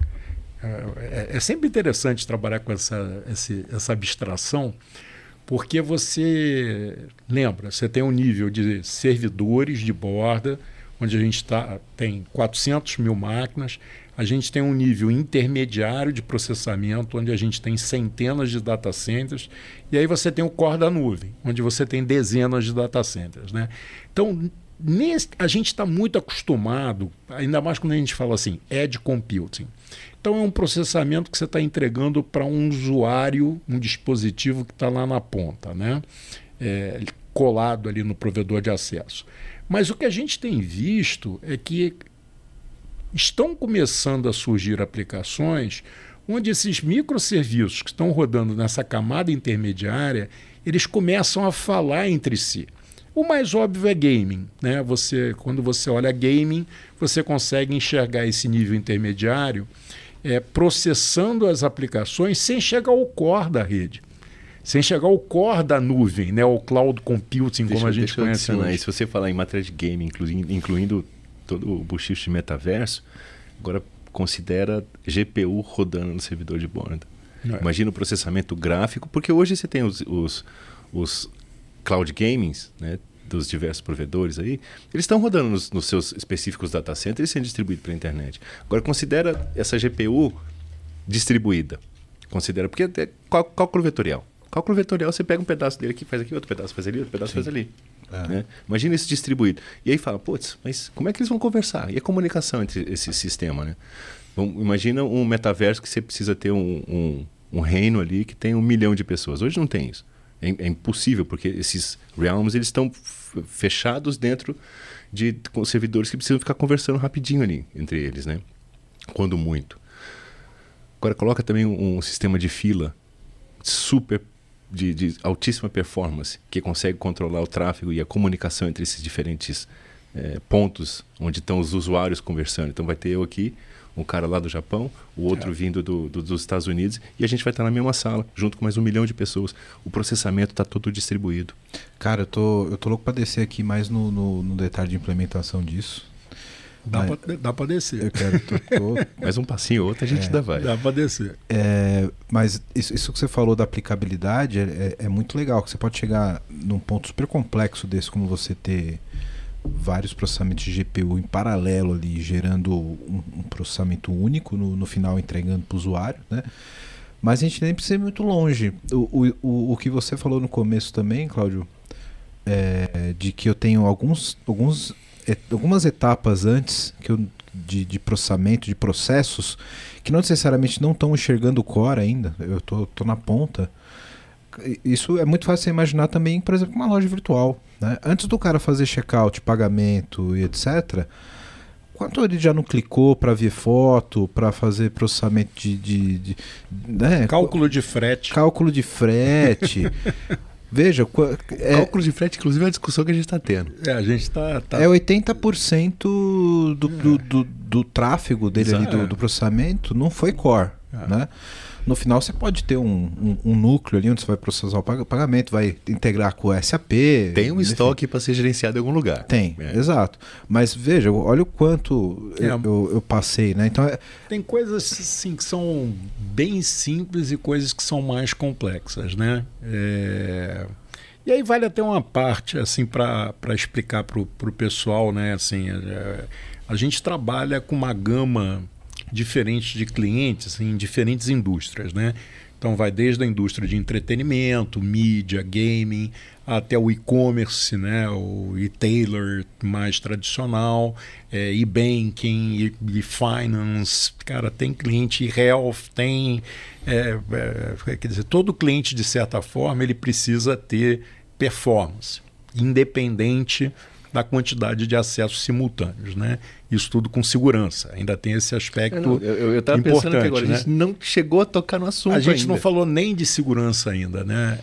É, é sempre interessante trabalhar com essa, essa, essa abstração, porque você lembra, você tem um nível de servidores de borda, onde a gente tá, tem quatrocentas mil máquinas, a gente tem um nível intermediário de processamento, onde a gente tem centenas de data centers, e aí você tem o core da nuvem, onde você tem dezenas de data centers. Né? Então, nesse, a gente está muito acostumado, ainda mais quando a gente fala assim, edge computing. Então, é um processamento que você está entregando para um usuário, um dispositivo que está lá na ponta, né? É, colado ali no provedor de acesso. Mas o que a gente tem visto é que estão começando a surgir aplicações onde esses microserviços que estão rodando nessa camada intermediária, eles começam a falar entre si. O mais óbvio é gaming, né? Você, quando você olha gaming, você consegue enxergar esse nível intermediário é, processando as aplicações sem chegar ao core da rede, sem chegar ao core da nuvem, né? O cloud computing, deixa, como a gente conhece hoje. E se você falar em matéria de gaming, incluindo, incluindo todo o buchicho de metaverso, agora considera G P U rodando no servidor de borda. É. Imagina o processamento gráfico, porque hoje você tem os, os, os cloud gamings, né, dos diversos provedores aí, eles estão rodando nos, nos seus específicos data centers e sendo distribuídos pela internet. Agora considera essa G P U distribuída. Considera, porque é cálculo vetorial. Cálculo vetorial, você pega um pedaço dele aqui, faz aqui, outro pedaço faz ali, outro pedaço Sim. faz ali. É. Né? Imagina isso distribuído. E aí fala, putz, mas como é que eles vão conversar? E a comunicação entre esse sistema, né? Bom, imagina um metaverso que você precisa ter um, um, um reino ali que tem um milhão de pessoas. Hoje não tem isso. É, é impossível, porque esses realms eles estão fechados dentro de com servidores que precisam ficar conversando rapidinho ali entre eles, né? Quando muito. Agora coloca também um, um sistema de fila super De, de altíssima performance, que consegue controlar o tráfego e a comunicação entre esses diferentes é, pontos onde estão os usuários conversando. Então vai ter eu aqui, um cara lá do Japão, o outro é. vindo do, do, dos Estados Unidos, e a gente vai estar na mesma sala, junto com mais um milhão de pessoas. O processamento está todo distribuído. Cara, eu tô, eu tô louco para descer aqui mais no, no, no detalhe de implementação disso. Dá para descer. Eu quero, tô, tô... Mais um passinho ou outro a gente é, ainda vai. Dá para descer. É, mas isso, isso que você falou da aplicabilidade é, é, é muito legal, que você pode chegar num ponto super complexo desse, como você ter vários processamentos de G P U em paralelo ali, gerando um, um processamento único, no, no final entregando para o usuário, né? Mas a gente nem precisa ir muito longe. O, o, o, o que você falou no começo também, Cláudio, é, de que eu tenho alguns... alguns algumas etapas antes que eu, de, de processamento, de processos, que não necessariamente não estão enxergando o core ainda, eu tô, tô na ponta. Isso é muito fácil você imaginar também, por exemplo, uma loja virtual, né? Antes do cara fazer checkout, pagamento e etcétera, quanto ele já não clicou para ver foto, para fazer processamento de... de, de né? Cálculo de frete. Cálculo de frete... Veja, é, cálculo de frete, inclusive, é a discussão que a gente está tendo. É, a gente tá, tá... é oitenta por cento do, do, do, do tráfego dele ali, do, do processamento, não foi core. É. Né? No final, você pode ter um, um, um núcleo ali onde você vai processar o pagamento, vai integrar com o S A P. Tem um enfim. estoque para ser gerenciado em algum lugar. Tem, é. exato. Mas veja, olha o quanto é. eu, eu, eu passei. Né? Então, é... Tem coisas assim, que são bem simples e coisas que são mais complexas. Né? É... E aí vale até uma parte assim, para explicar para o pessoal. Né? Assim, é... A gente trabalha com uma gama diferentes de clientes em diferentes indústrias, né? Então vai desde a indústria de entretenimento, mídia, gaming, até o e-commerce, né? O e-tailer mais tradicional, é, e-banking, e-finance, cara, tem cliente e-health, tem... É, é, quer dizer, todo cliente, de certa forma, ele precisa ter performance, independente da quantidade de acessos simultâneos, né? Isso tudo com segurança. Ainda tem esse aspecto importante. Eu estava pensando que agora, né? A gente não chegou a tocar no assunto A gente ainda. não falou nem de segurança ainda, né?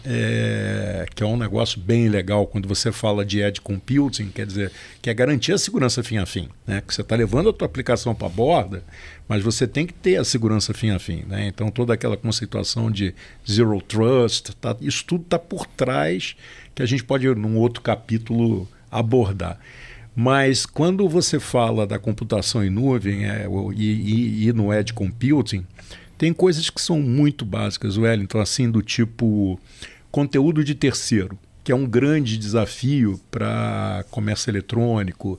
É, que é um negócio bem legal quando você fala de edge computing, quer dizer, que é garantir a segurança fim a fim, né? Que você está levando a tua aplicação para a borda, mas você tem que ter a segurança fim a fim, né? Então toda aquela conceituação de zero trust, tá, isso tudo está por trás, que a gente pode, num outro capítulo, abordar. Mas quando você fala da computação em nuvem é, e, e, e no edge computing, tem coisas que são muito básicas, Wellington, assim, do tipo conteúdo de terceiro, que é um grande desafio para comércio eletrônico,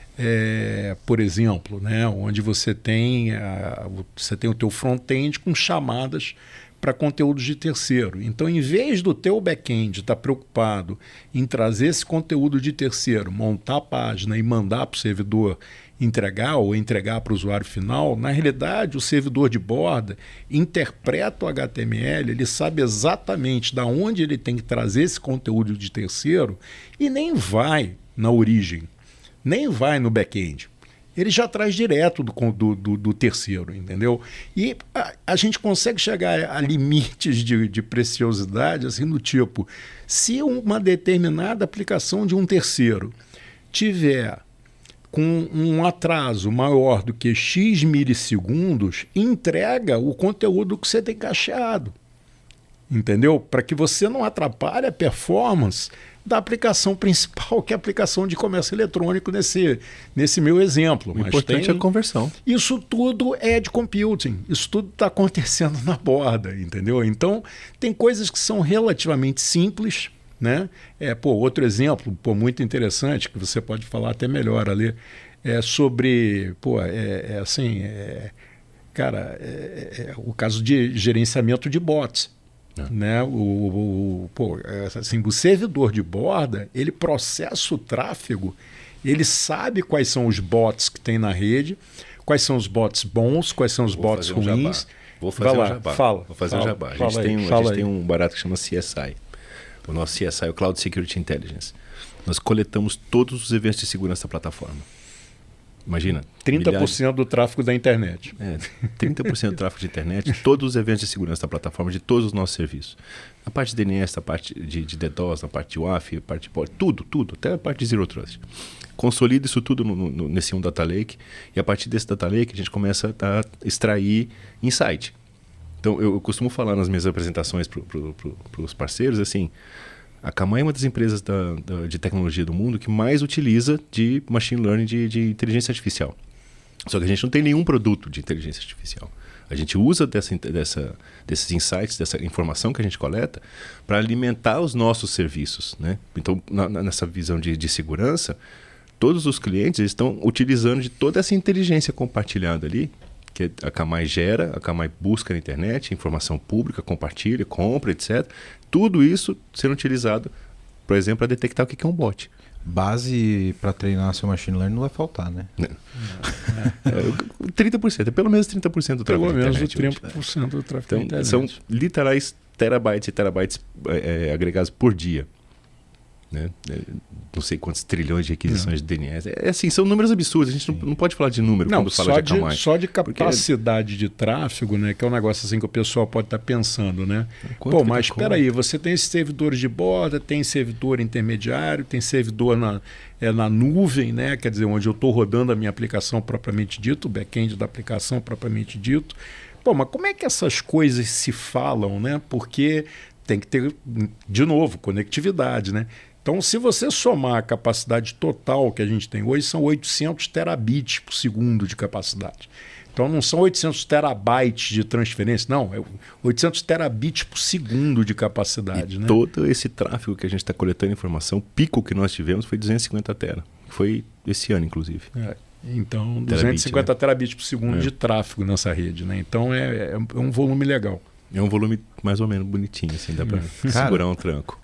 é, por exemplo, né, onde você tem, a, você tem o teu front-end com chamadas para conteúdos de terceiro. Então, em vez do teu back-end estar preocupado em trazer esse conteúdo de terceiro, montar a página e mandar para o servidor entregar ou entregar para o usuário final, na realidade, o servidor de borda interpreta o H T M L, ele sabe exatamente de onde ele tem que trazer esse conteúdo de terceiro e nem vai na origem, nem vai no back-end. ele já traz direto do, do, do, do terceiro, entendeu? E a, a gente consegue chegar a limites de, de preciosidade, assim, do tipo, se uma determinada aplicação de um terceiro tiver com um atraso maior do que X milissegundos, entrega o conteúdo que você tem cacheado, entendeu? Para que você não atrapalhe a performance da aplicação principal, que é a aplicação de comércio eletrônico nesse, nesse meu exemplo. O Mas importante tem... é a conversão. Isso tudo é de computing, isso tudo está acontecendo na borda, entendeu? Então, tem coisas que são relativamente simples, né? É, pô, outro exemplo, pô, muito interessante, que você pode falar até melhor ali, é sobre, pô, é, é assim, é, cara, é, é o caso de gerenciamento de bots. É. Né? O, o, o, pô, assim, o servidor de borda, ele processa o tráfego, ele sabe quais são os bots que tem na rede, quais são os bots bons, quais são os Vou bots um ruins. Jabá. Vou fazer Vai um lá, jabá. Fala, Vou fazer fala, um jabá. A gente, fala tem, aí, um, a gente aí. tem um barato que chama C S I. O nosso C S I é o Cloud Security Intelligence. Nós coletamos todos os eventos de segurança da plataforma. Imagina. trinta por cento milhares... do tráfego da internet. É, trinta por cento do tráfego de internet, todos os eventos de segurança da plataforma, de todos os nossos serviços. A parte de D N S, a parte de, de DDoS, a parte de W A F, a parte de port, tudo, tudo, até a parte de Zero Trust. Consolida isso tudo no, no, nesse um Data Lake, e a partir desse Data Lake a gente começa a extrair insight. Então eu, eu costumo falar nas minhas apresentações para pro, pro, os parceiros, assim, a Akamai é uma das empresas da, da, de tecnologia do mundo que mais utiliza de machine learning, de, de inteligência artificial. Só que a gente não tem nenhum produto de inteligência artificial. A gente usa dessa, dessa, desses insights, dessa informação que a gente coleta para alimentar os nossos serviços, né? Então, na, nessa visão de, de segurança, todos os clientes estão utilizando de toda essa inteligência compartilhada ali, que a Akamai gera, a Akamai busca na internet, informação pública, compartilha, compra, etcétera. Tudo isso sendo utilizado, por exemplo, para detectar o que é um bot. Base para treinar seu machine learning não vai faltar, né? Não. É, trinta por cento, é pelo menos trinta por cento do tráfego Pelo da menos internet. trinta por cento do tráfego então, da internet. São literais terabytes e terabytes é, é, agregados por dia. Né? É, não sei quantos trilhões de requisições não. de D N S. É assim, são números absurdos. A gente não, não pode falar de número não, quando fala só de Akamai. De, só de capacidade porque... de tráfego, né? Que é um negócio assim que o pessoal pode estar tá pensando, né? Quanto Pô, mas espera aí, você tem esses servidores de borda, tem servidor intermediário, tem servidor na, é, na nuvem, né? Quer dizer, onde eu estou rodando a minha aplicação propriamente dito, o back-end da aplicação propriamente dito. Pô, mas como é que essas coisas se falam, né? Porque tem que ter, de novo, conectividade, né? Então, se você somar a capacidade total que a gente tem hoje, são oitocentos terabits por segundo de capacidade. Então, não são oitocentos terabytes de transferência, não, é oitocentos terabits por segundo de capacidade. E né? todo esse tráfego que a gente está coletando informação, o pico que nós tivemos foi duzentos e cinquenta tera. Foi esse ano, inclusive. É, então, duzentos e cinquenta terabits por segundo é. de tráfego nessa rede. Né? Então, é, é um volume legal. É um volume mais ou menos bonitinho, assim, dá para segurar um tranco.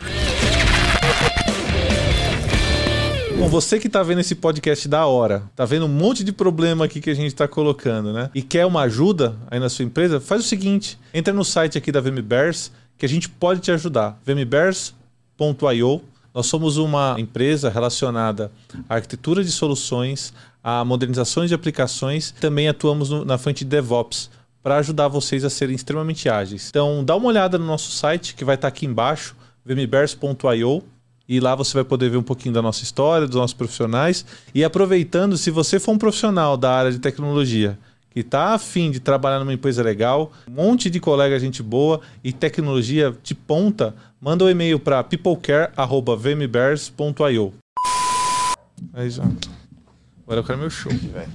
Bom, você que tá vendo esse podcast da hora, tá vendo um monte de problema aqui que a gente tá colocando, né? E quer uma ajuda aí na sua empresa, faz o seguinte, entra no site aqui da VMBears, que a gente pode te ajudar, v m bears ponto i o. Nós somos uma empresa relacionada à arquitetura de soluções, a modernizações de aplicações, também atuamos no, na frente de DevOps, para ajudar vocês a serem extremamente ágeis. Então, dá uma olhada no nosso site, que vai estar aqui embaixo, v m bears ponto i o. E lá você vai poder ver um pouquinho da nossa história, dos nossos profissionais. E aproveitando, se você for um profissional da área de tecnologia que está afim de trabalhar numa empresa legal, um monte de colega, gente boa e tecnologia de ponta, manda um e-mail para peoplecare arroba v m bears ponto i o. Aí já. Agora eu quero meu show, velho.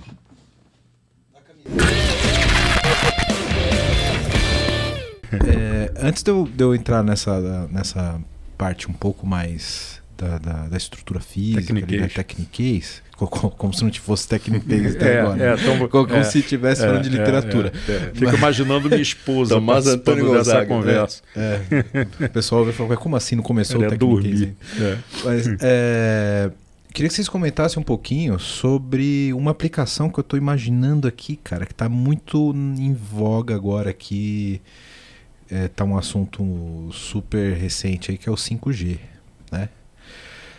É, antes de eu, de eu entrar nessa, nessa parte um pouco mais da, da, da estrutura física, ali, da tecniquez, como, como se não fosse tecniquez até é, agora, é, né? como, como é, se estivesse é, falando de literatura. É, é, é. Fico imaginando minha esposa Tomás Antônio dessa Gonzaga, conversa. É, é. O pessoal vai falar, como assim não começou Ele o tecniquez? É Mas, é, queria que vocês comentassem um pouquinho sobre uma aplicação que eu estou imaginando aqui, cara, que está muito em voga agora aqui. É, tá um assunto super recente aí, que é o cinco G, né?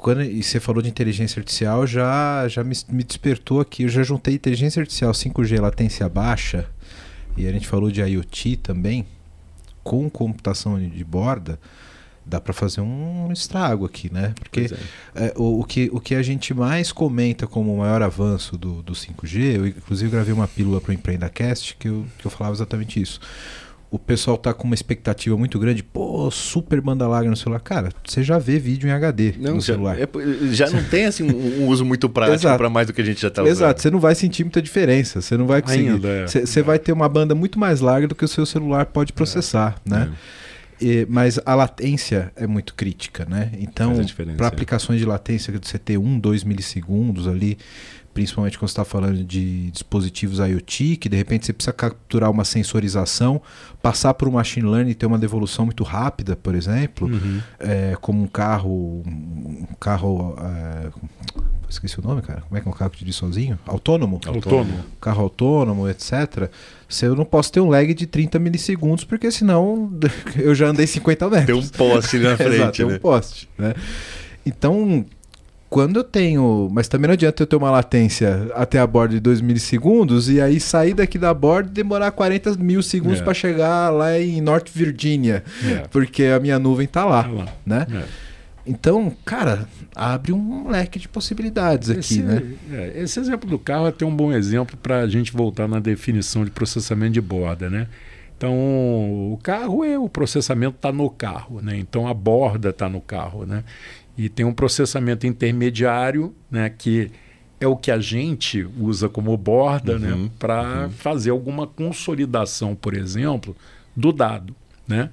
quando e você falou de inteligência artificial, já, já me, me despertou aqui. Eu já juntei inteligência artificial cinco G, latência baixa, e a gente falou de IoT também, com computação de borda. Dá para fazer um estrago aqui, né? Porque é. É, o, o, que, o que a gente mais comenta como o maior avanço do, do cinco G, eu inclusive gravei uma pílula para o EmpreendaCast que eu, que eu falava exatamente isso. O pessoal tá com uma expectativa muito grande, pô, super banda larga no celular. Cara, você já vê vídeo em H D não, no já, celular. É, já não tem assim, um, um uso muito prático para mais do que a gente já está usando. Exato, você não vai sentir muita diferença, você não vai conseguir. Você é. vai ter uma banda muito mais larga do que o seu celular pode processar, é. né? É. E, mas a latência é muito crítica, né? Então, para aplicações de latência de você ter um, dois milissegundos ali, principalmente quando você está falando de dispositivos IoT, que de repente você precisa capturar uma sensorização, passar por um machine learning e ter uma devolução muito rápida, por exemplo, uhum. é, como um carro, um carro, é, esqueci o nome, cara, como é que é um carro que dirige sozinho? Autônomo? Autônomo. Carro autônomo, etcétera. Se eu não posso ter um lag de trinta milissegundos, porque senão eu já andei cinquenta metros. Tem um poste na frente, Exato, tem né? um poste, né? Então, quando eu tenho... Mas também não adianta eu ter uma latência até a borda de dois milissegundos e aí sair daqui da borda e demorar quarenta mil segundos é. para chegar lá em North Virginia, é. porque a minha nuvem está lá, tá lá, né? É. Então, cara, abre um leque de possibilidades esse, aqui, né? É, esse exemplo do carro é até um bom exemplo para a gente voltar na definição de processamento de borda, né? Então, o carro é o processamento está no carro, né? Então, a borda está no carro, né? E tem um processamento intermediário, né? Que é o que a gente usa como borda, uhum, né? Para uhum. fazer alguma consolidação, por exemplo, do dado, né?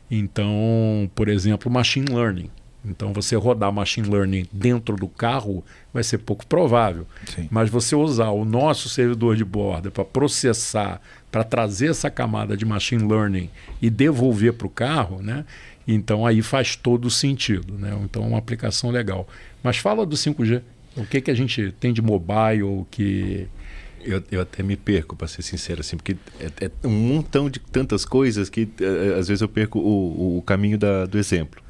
Então, por exemplo, machine learning. Então, você rodar machine learning dentro do carro vai ser pouco provável. Sim. Mas você usar o nosso servidor de borda para processar, para trazer essa camada de machine learning e devolver para o carro, né? Então aí faz todo sentido, né? Então é uma aplicação legal. Mas fala do cinco G. O que, que a gente tem de mobile que... Eu, eu até me perco, para ser sincero, assim, porque é, é um montão de tantas coisas que é, às vezes eu perco o, o caminho da, do exemplo.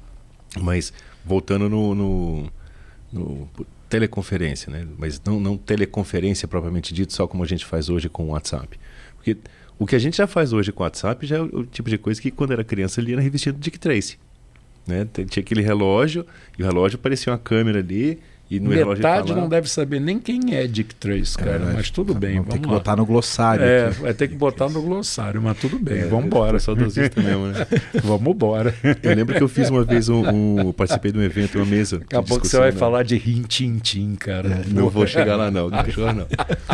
Mas voltando no, no, no teleconferência, né? Mas não, não teleconferência propriamente dito, só como a gente faz hoje com o WhatsApp. Porque o que a gente já faz hoje com o WhatsApp já é o, o tipo de coisa que quando era criança lia na revistinha do Dick Tracy. Né? Tinha aquele relógio, e o relógio parecia uma câmera ali, e no relógio metade não deve saber nem quem é Dick Tracy, cara, é, mas tudo bem, vamos ter que lá. botar no glossário. É, vai ter que botar no glossário, mas tudo bem, é, vamos embora. Saudosista mesmo, né? Vamos embora. Eu lembro que eu fiz uma vez um, um participei de um evento, uma mesa. Daqui a pouco você vai né? falar de rin-tin-tin, cara. É, não vou chegar lá não, não chegar não.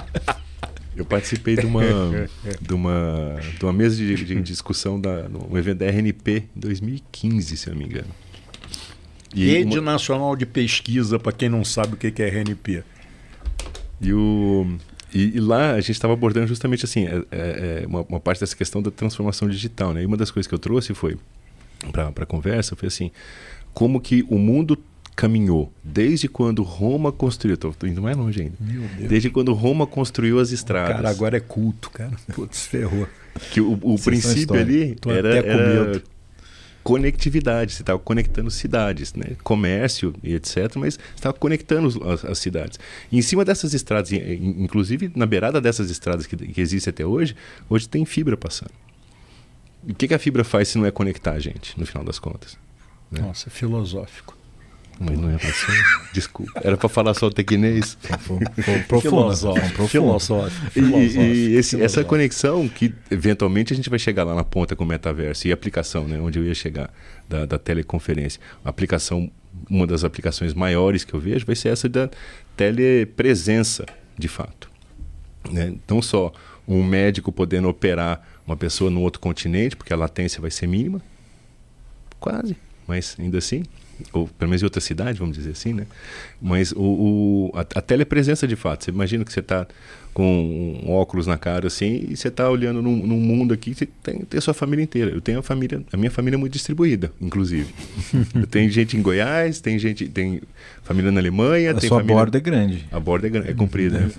Eu participei de uma, de uma, de uma mesa de, de discussão da, no evento da R N P em dois mil e quinze, se eu não me engano. E Rede uma... Nacional de Pesquisa, para quem não sabe o que é R N P. E, o, e, e lá a gente estava abordando justamente assim, é, é, uma, uma parte dessa questão da transformação digital. Né? E uma das coisas que eu trouxe foi, para a conversa, foi assim, como que o mundo caminhou desde quando Roma construiu, estou indo mais longe ainda, Meu Deus. Desde quando Roma construiu as estradas. O cara agora é culto, cara. Putz, ferrou. Que o, o princípio ali Tô era... Até era conectividade, você estava conectando cidades, né? Comércio e etcétera, mas você estava conectando as, as cidades. E em cima dessas estradas, inclusive na beirada dessas estradas que, que existem até hoje, hoje tem fibra passando. E o que, que a fibra faz se não é conectar a gente, no final das contas? Né? Nossa, filosófico. Mas não é assim. Desculpa. Era para falar só tecnês. Filosófico. Filosófico. E, e esse, essa conexão que eventualmente a gente vai chegar lá na ponta com o metaverso e a aplicação, né, onde eu ia chegar da, da teleconferência. A aplicação, uma das aplicações maiores que eu vejo vai ser essa da telepresença, de fato. Né? Não só um médico podendo operar uma pessoa no outro continente, porque a latência vai ser mínima. Quase, mas ainda assim. Ou pelo menos em outra cidade, vamos dizer assim, né? Mas o, o, a, a telepresença de fato, você imagina que você está com um óculos na cara assim e você está olhando num, num mundo aqui, você tem, tem a sua família inteira. Eu tenho a família, a minha família é muito distribuída, inclusive. Tem gente em Goiás, tem gente, tem família na Alemanha. A tem sua família... borda é grande. A borda é, grande, é comprida. Né?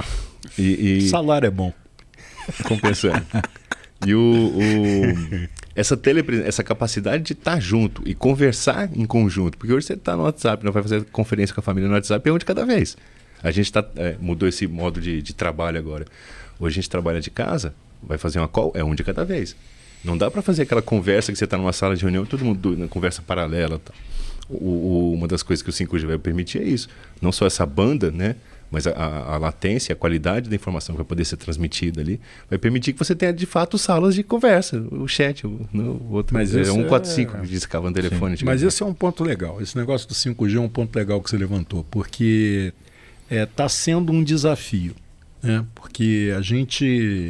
e, e... Salário é bom. Compensando. E o... o... essa, tele, essa capacidade de estar junto e conversar em conjunto. Porque hoje você está no WhatsApp, não vai fazer conferência com a família no WhatsApp, é um de cada vez. A gente tá, é, mudou esse modo de, de trabalho agora. Hoje a gente trabalha de casa, vai fazer uma call, é um de cada vez. Não dá para fazer aquela conversa que você está numa sala de reunião e todo mundo na conversa paralela. Tá? O, o, uma das coisas que o cinco G vai permitir é isso. Não só essa banda, né? Mas a, a, a latência, a qualidade da informação que vai poder ser transmitida ali, vai permitir que você tenha, de fato, salas de conversa. O chat, o, o outro. Mas é isso um quatro cinco é... que discava no telefone. Mas esse é um ponto legal. Esse negócio do cinco G é um ponto legal que você levantou, porque está é, sendo um desafio. Né? Porque a gente,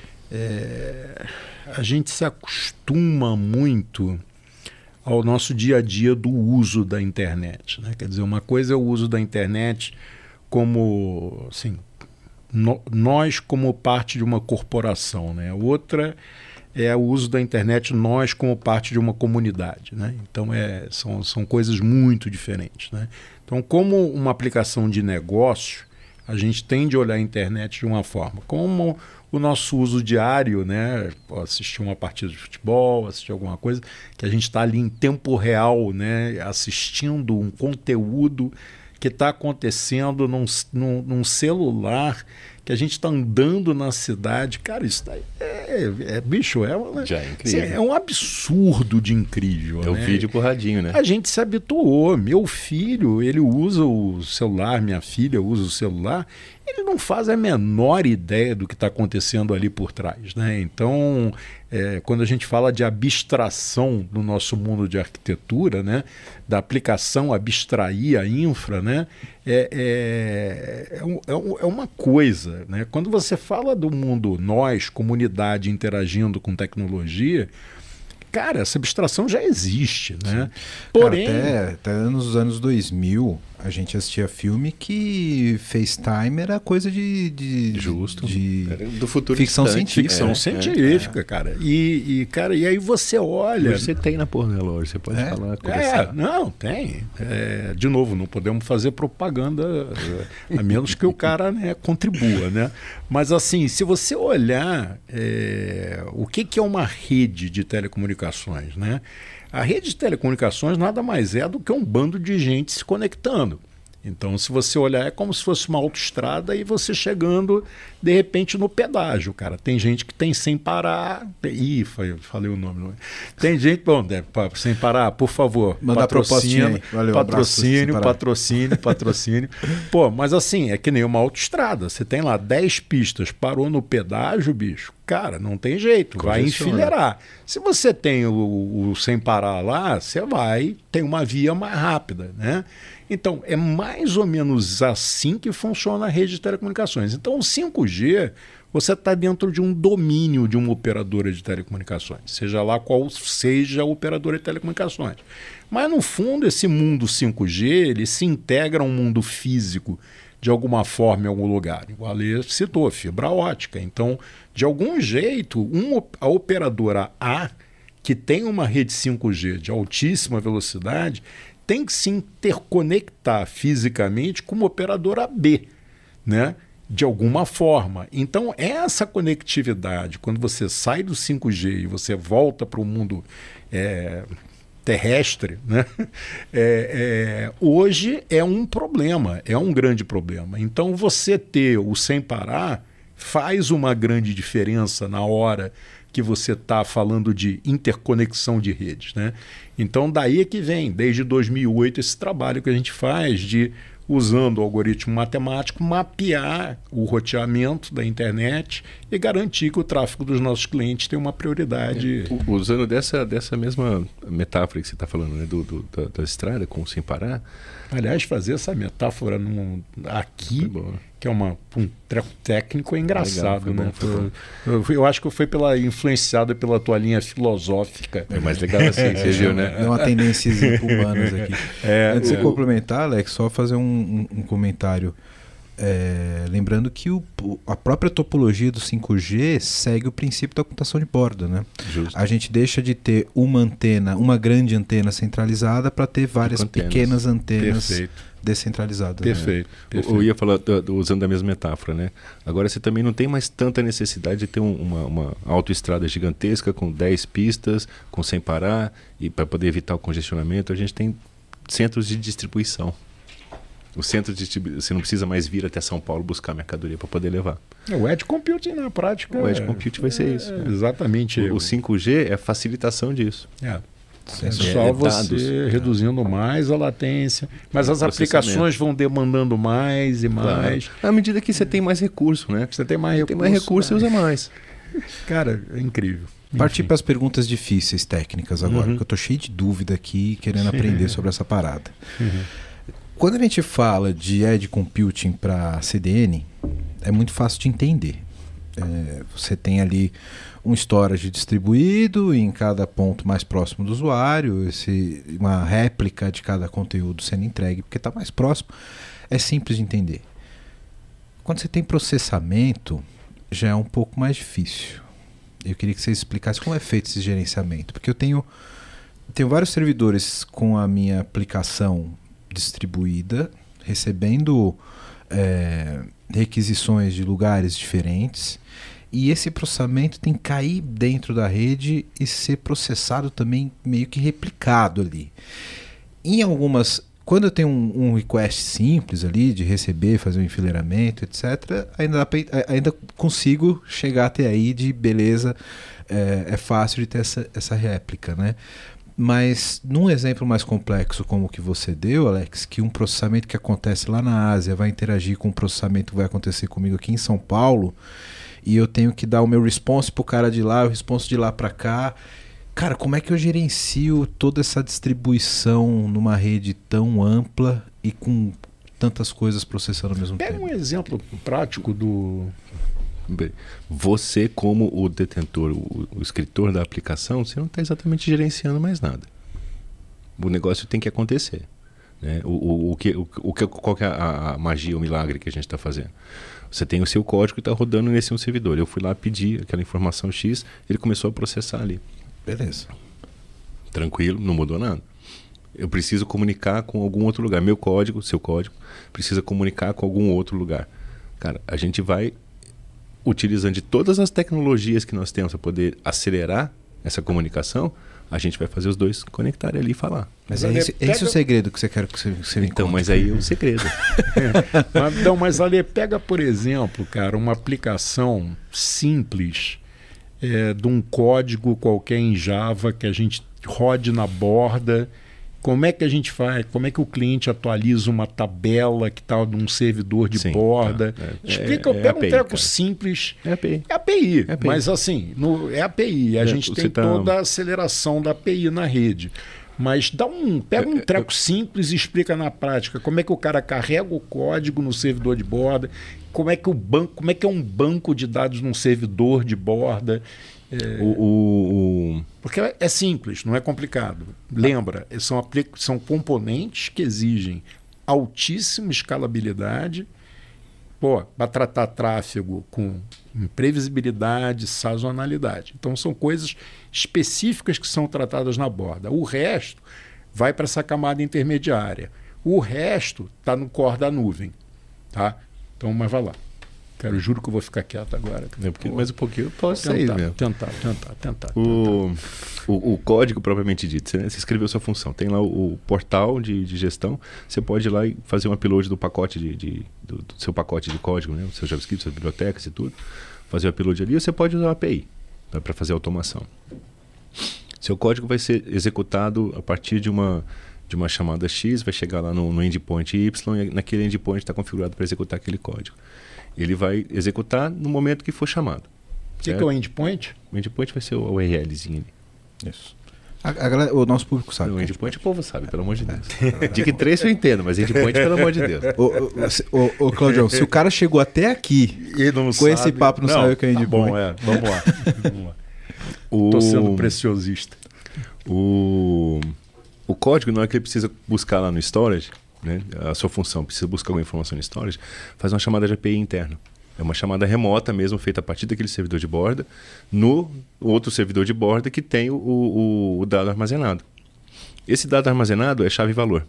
é, a gente se acostuma muito ao nosso dia a dia do uso da internet. Né? Quer dizer, uma coisa é o uso da internet como, assim, no, nós como parte de uma corporação, né? Outra é o uso da internet nós como parte de uma comunidade, né? Então é, são, são coisas muito diferentes, né? Então, como uma aplicação de negócio, a gente tende a olhar a internet de uma forma, como o nosso uso diário, né? Assistir uma partida de futebol, assistir alguma coisa, que a gente está ali em tempo real, né? Assistindo um conteúdo que está acontecendo num, num, num celular, que a gente está andando na cidade. Cara, isso daí é, é bicho, é, uma, Já é, incrível. é um absurdo de incrível. É o né? vídeo pro radinho, né? A gente se habituou. Meu filho, ele usa o celular, minha filha usa o celular, ele não faz a menor ideia do que está acontecendo ali por trás. Né? Então, é, quando a gente fala de abstração no nosso mundo de arquitetura, né? Da aplicação abstrair a infra, né? é, é, é, um, é uma coisa. Né? Quando você fala do mundo nós, comunidade interagindo com tecnologia, cara, essa abstração já existe, né? Porém, cara, até, até nos anos dois mil, a gente assistia filme que FaceTime era coisa de... de Justo. De do futuro ficção distante. científica. ficção É, científica, é, é. cara. E, e, cara. E aí você olha... Hoje você tem na porra do relógio, você pode É. falar, É, conversar. não, tem. É, de novo, não podemos fazer propaganda, é, a menos que o cara, né, contribua, né? Mas assim, se você olhar é, o que, que é uma rede de telecomunicações, né? A rede de telecomunicações nada mais é do que um bando de gente se conectando. Então, se você olhar, é como se fosse uma autoestrada e você chegando, de repente, no pedágio, cara. Tem gente que tem sem parar... Ih, falei o nome. Não é? Tem gente... Bom, sem parar, por favor, Manda patrocínio, Valeu, patrocínio, um patrocínio, patrocínio. Pô, mas assim, é que nem uma autoestrada. Você tem lá dez pistas, parou no pedágio, bicho, cara, não tem jeito, vai enfileirar. Se você tem o, o sem parar lá, você vai, tem uma via mais rápida, né? Então, é mais ou menos assim que funciona a rede de telecomunicações. Então, o cinco G, você está dentro de um domínio de uma operadora de telecomunicações, seja lá qual seja a operadora de telecomunicações. Mas, no fundo, esse mundo cinco G, ele se integra a um mundo físico de alguma forma em algum lugar. O Ale citou, fibra ótica. Então, de algum jeito, um, a operadora A, que tem uma rede cinco G de altíssima velocidade, tem que se interconectar fisicamente com uma operadora B, né? De alguma forma. Então, essa conectividade, quando você sai do cinco G e você volta para o mundo é, terrestre, né? é, é, hoje é um problema, é um grande problema. Então, você ter o sem parar faz uma grande diferença na hora que você está falando de interconexão de redes, né? Então, daí é que vem, desde dois mil e oito, esse trabalho que a gente faz de, usando o algoritmo matemático, mapear o roteamento da internet e garantir que o tráfego dos nossos clientes tem uma prioridade. É, usando dessa, dessa mesma metáfora que você está falando, né, do, do, da, da estrada, com o sem parar. Aliás, fazer essa metáfora num, aqui, que é uma, um treco técnico, é engraçado. Legal, né? Bom, eu, eu acho que foi pela, influenciada pela tua linha filosófica. É mais legal assim, é, você viu, né? É uma tendência humanas aqui. É, Antes de o... você complementar, Alex, só fazer um, um, um comentário. É, lembrando que o, a própria topologia do cinco G segue o princípio da computação de borda, né? Justo. A gente deixa de ter uma antena, uma grande antena centralizada para ter várias antenas. pequenas antenas Perfeito. descentralizadas. Perfeito. Né? perfeito. Eu ia falar do- do- usando a mesma metáfora, né? Agora você também não tem mais tanta necessidade de ter um- uma, uma autoestrada gigantesca com dez pistas, com sem parar, e para poder evitar o congestionamento, a gente tem centros de distribuição. O centro de distribuição, você não precisa mais vir até São Paulo buscar mercadoria para poder levar. O Edge Computing na prática. O Edge é- Computing vai ser é- isso. é né? exatamente. O, o cinco G é a facilitação disso. É. É É, só é você dados. reduzindo mais a latência, mas as Processamento. aplicações vão demandando mais e mais. Claro. À medida que você tem mais recurso, né? Você tem mais Tem recurso. mais recurso, você né? usa mais. Cara, é incrível. Partir Enfim. para as perguntas difíceis técnicas agora, Uhum. porque eu tô cheio de dúvida aqui, querendo aprender sobre essa parada. Uhum. Quando a gente fala de Edge Computing para C D N, é muito fácil de entender. É, você tem ali um storage distribuído em cada ponto mais próximo do usuário, esse, uma réplica de cada conteúdo sendo entregue, porque está mais próximo. É simples de entender. Quando você tem processamento, já é um pouco mais difícil. Eu queria que você explicasse como é feito esse gerenciamento, porque eu tenho, tenho vários servidores com a minha aplicação distribuída, recebendo é, requisições de lugares diferentes, e esse processamento tem que cair dentro da rede e ser processado também meio que replicado ali. Em algumas, quando eu tenho um, um request simples ali de receber, fazer um enfileiramento, etcétera, ainda, dá pra, ainda consigo chegar até aí de beleza, é, é fácil de ter essa, essa réplica, né? Mas num exemplo mais complexo como o que você deu, Alex, que um processamento que acontece lá na Ásia vai interagir com um processamento que vai acontecer comigo aqui em São Paulo, e eu tenho que dar o meu response pro cara de lá, o response de lá para cá. Cara, como é que eu gerencio toda essa distribuição numa rede tão ampla e com tantas coisas processando ao mesmo Pega tempo? um exemplo prático do. Bem, você, como o detentor, o, o escritor da aplicação, você não está exatamente gerenciando mais nada. O negócio tem que acontecer. Né? O, o, o que, o, o que, qual que é a, a magia, o milagre que a gente está fazendo? Você tem o seu código que está rodando nesse um servidor. Eu fui lá pedir aquela informação X, ele começou a processar ali. Beleza. Tranquilo, não mudou nada. Eu preciso comunicar com algum outro lugar. Meu código, seu código, precisa comunicar com algum outro lugar. Cara, a gente vai utilizando de todas as tecnologias que nós temos para poder acelerar essa comunicação, a gente vai fazer os dois conectarem ali e falar. Mas Mas é ali esse, pega- esse o segredo que você quer que você, que você me Então, conte. mas aí é o segredo. Mas, não, mas ali pega, por exemplo, cara, uma aplicação simples é, de um código qualquer em Java que a gente rode na borda. Como é que a gente faz? Como é que o cliente atualiza uma tabela que está num servidor de Sim, borda? tá, é. Explica, É- é pega A P I, um treco cara. simples. É a P I. É A P I, É A P I. mas assim, no, é A P I. A É, gente você tem tá- toda a aceleração da A P I na rede. Mas dá um, pega um treco simples e explica na prática como é que o cara carrega o código no servidor de borda, como é que o banco, como é que é um banco de dados num servidor de borda. É, O, o, o- porque é simples, não é complicado. Lembra, são, apli- são componentes que exigem altíssima escalabilidade, para tratar tráfego com imprevisibilidade, sazonalidade. Então são coisas específicas que são tratadas na borda. O resto vai para essa camada intermediária. O resto está no core da nuvem. Tá? Então, mas vai lá. Cara, eu juro que eu vou ficar quieto agora. é porque mais um pouquinho eu posso sair tentar, mesmo. tentar, tentar, tentar. O, o, o código propriamente dito, você, né, você escreveu sua função, tem lá o, o portal de, de gestão, você pode ir lá e fazer um upload do pacote de, de- do, do seu pacote de código, né, o seu JavaScript, suas bibliotecas e tudo, fazer o upload ali, ou você pode usar a A P I para fazer a automação. Seu código vai ser executado a partir de uma, de uma chamada X, vai chegar lá no, no endpoint Y, e naquele endpoint está configurado para executar aquele código. Ele vai executar no momento que for chamado. O que, que é o endpoint? O endpoint vai ser o U R Lzinho ali. Isso. A, a galera- o nosso público sabe. O endpoint o povo sabe, pelo amor de Deus. Dick três eu entendo, mas endpoint, pelo amor de Deus. Ô, ô, se- ô, ô, Claudião, se o cara chegou até aqui Ele não com esse papo, não, sabe o que é tá endpoint. bom, é. Vamos lá. Vamos lá. O, Tô sendo preciosista. o, o código, na hora que ele precisa buscar lá no storage, né, a sua função precisa buscar alguma informação no storage, faz uma chamada de A P I interna. É uma chamada remota mesmo, feita a partir daquele servidor de borda, no outro servidor de borda que tem o, o, o dado armazenado. Esse dado armazenado é chave e valor.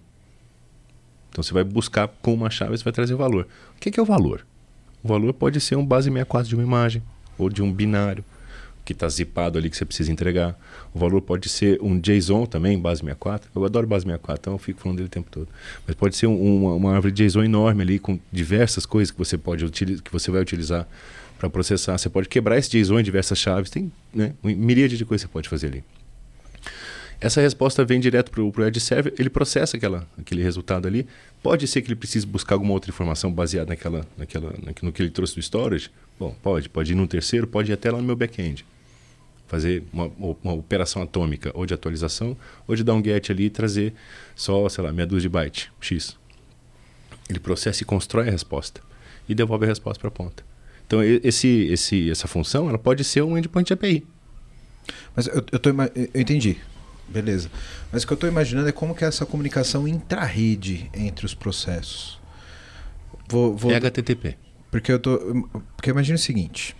Então você vai buscar com uma chave, você vai trazer o valor. O que é o valor? O valor pode ser um base sessenta e quatro de uma imagem, ou de um binário, que está zipado ali que você precisa entregar. O valor pode ser um JSON também, base sessenta e quatro. Eu adoro base sessenta e quatro, então eu fico falando dele o tempo todo. Mas pode ser um, uma, uma árvore de JSON enorme ali, com diversas coisas que você, pode utilizar, que você vai utilizar para processar. Você pode quebrar esse JSON em diversas chaves. Tem, né, uma miríade de coisas que você pode fazer ali. Essa resposta vem direto para o Edge Server, ele processa aquela, aquele resultado ali. Pode ser que ele precise buscar alguma outra informação baseada naquela, naquela, no que ele trouxe do storage. Bom, pode. Pode ir num terceiro, pode ir até lá no meu back-end. Fazer uma, uma operação atômica, ou de atualização, ou de dar um get ali e trazer só, sei lá, meia dúzia de byte, X. Ele processa e constrói a resposta. E devolve a resposta para a ponta. Então, esse, esse, essa função ela pode ser um endpoint de A P I. Mas eu, eu, tô, eu entendi. Beleza. Mas o que eu estou imaginando é como que é essa comunicação intra-rede entre os processos. Vou, vou... É H T T P. Porque eu tô, porque imagina o seguinte.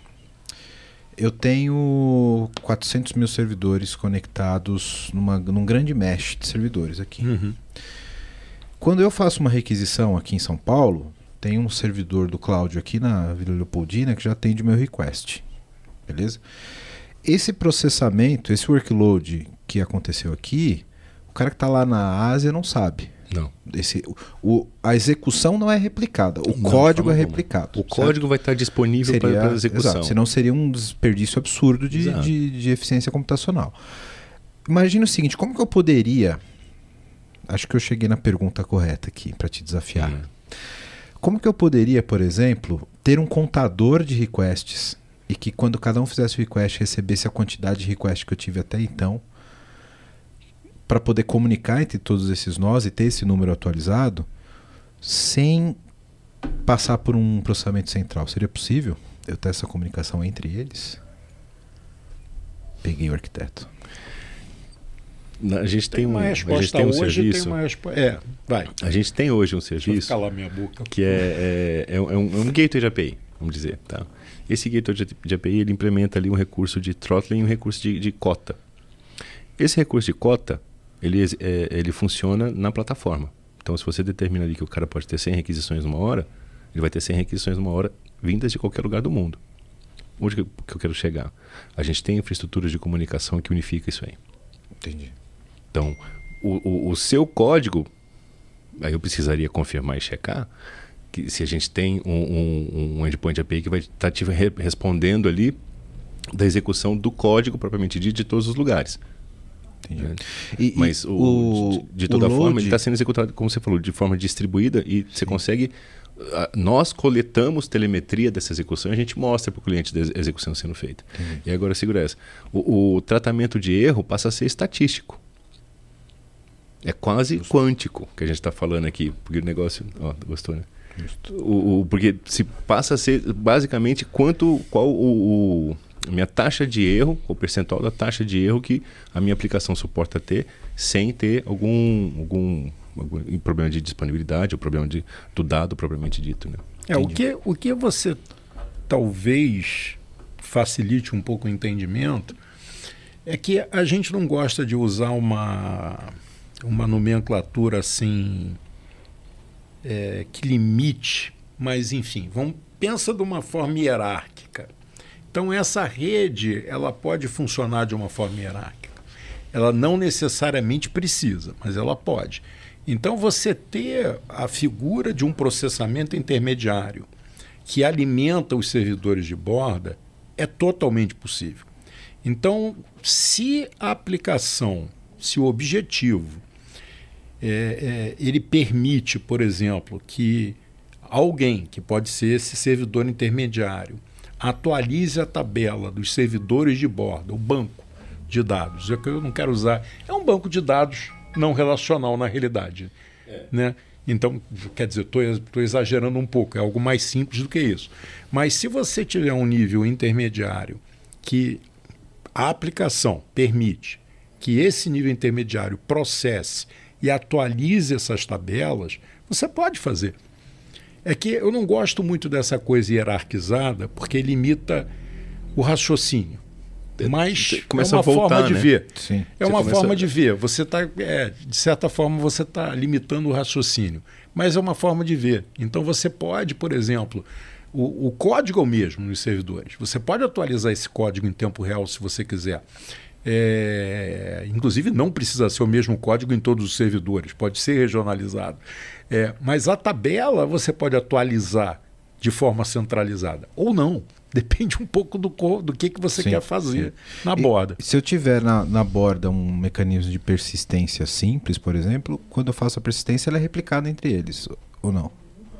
Eu tenho quatrocentos mil servidores conectados numa, num grande mesh de servidores aqui. Uhum. Quando eu faço uma requisição aqui em São Paulo, tem um servidor do Cláudio aqui na Vila Leopoldina que já atende o meu request. Beleza? Esse processamento, esse workload que aconteceu aqui, o cara que está lá na Ásia não sabe. Não. Esse, o, a execução não é replicada, o não, código é replicado. O certo? Código vai estar disponível para a execução. Exato, senão seria um desperdício absurdo de, de, de eficiência computacional. Imagina o seguinte, como que eu poderia... Acho que eu cheguei na pergunta correta aqui para te desafiar. Hum. Como que eu poderia, por exemplo, ter um contador de requests e que quando cada um fizesse o request recebesse a quantidade de requests que eu tive até então, para poder comunicar entre todos esses nós e ter esse número atualizado sem passar por um processamento central? Seria possível eu ter essa comunicação entre eles? Peguei o arquiteto. A gente tem, tem uma um, resposta a gente tem um hoje, serviço. Tem uma respo... É, vai. A gente tem hoje um serviço. Deixa eu calar minha boca. Que é, é, é, um, é um gateway de A P I, vamos dizer. Tá? Esse gateway de A P I ele implementa ali um recurso de throttling e um recurso de, de cota. Esse recurso de cota ele, é, ele funciona na plataforma. Então, se você determina ali que o cara pode ter cem requisições numa hora, ele vai ter cem requisições numa hora vindas de qualquer lugar do mundo. Onde que eu quero chegar? A gente tem infraestruturas de comunicação que unifica isso aí. Entendi. Então, o, o, o seu código, aí eu precisaria confirmar e checar que se a gente tem um, um, um endpoint A P I que vai estar te re respondendo ali da execução do código propriamente dito de todos os lugares. Entendi. Né? E, Mas e o, o, de, de toda o forma, load... ele está sendo executado, como você falou, de forma distribuída e Sim. você consegue... Nós coletamos telemetria dessa execução e a gente mostra para o cliente da execução sendo feita. Entendi. E agora segura essa. O, o tratamento de erro passa a ser estatístico. É quase Justo. quântico que a gente está falando aqui. Porque o negócio... Ó, gostou, né? O, o, porque se passa a ser basicamente quanto, qual o, o, a minha taxa de erro, o percentual da taxa de erro que a minha aplicação suporta ter sem ter algum, algum, algum problema de disponibilidade ou problema de, do dado propriamente dito. Né? É, o, que, o que você talvez facilite um pouco o entendimento é que a gente não gosta de usar uma, uma nomenclatura assim... É, que limite, mas enfim, vamos, pensa de uma forma hierárquica. Então essa rede ela pode funcionar de uma forma hierárquica. Ela não necessariamente precisa, mas ela pode. Então você ter a figura de um processamento intermediário que alimenta os servidores de borda é totalmente possível. Então, se a aplicação, se o objetivo É, é, ele permite, por exemplo, que alguém, que pode ser esse servidor intermediário, atualize a tabela dos servidores de borda, o banco de dados. É que eu não quero usar. É um banco de dados não relacional na realidade. É. Né? Então, quer dizer, estou exagerando um pouco, é algo mais simples do que isso. Mas se você tiver um nível intermediário que a aplicação permite que esse nível intermediário processe e atualize essas tabelas, você pode fazer. É que eu não gosto muito dessa coisa hierarquizada, porque limita o raciocínio. Mas começa é uma a voltar, forma de né? ver. Sim. É Você uma começa- forma de ver. Você tá, é, de certa forma, você está limitando o raciocínio. Mas é uma forma de ver. Então você pode, por exemplo, o, o código é o mesmo nos servidores. Você pode atualizar esse código em tempo real se você quiser. É, inclusive não precisa ser o mesmo código em todos os servidores, pode ser regionalizado. É, mas a tabela você pode atualizar de forma centralizada ou não. Depende um pouco do, co- do que, que você Sim, quer fazer sim. na E- borda. Se eu tiver na, na borda um mecanismo de persistência simples, por exemplo, quando eu faço a persistência, ela é replicada entre eles, ou não?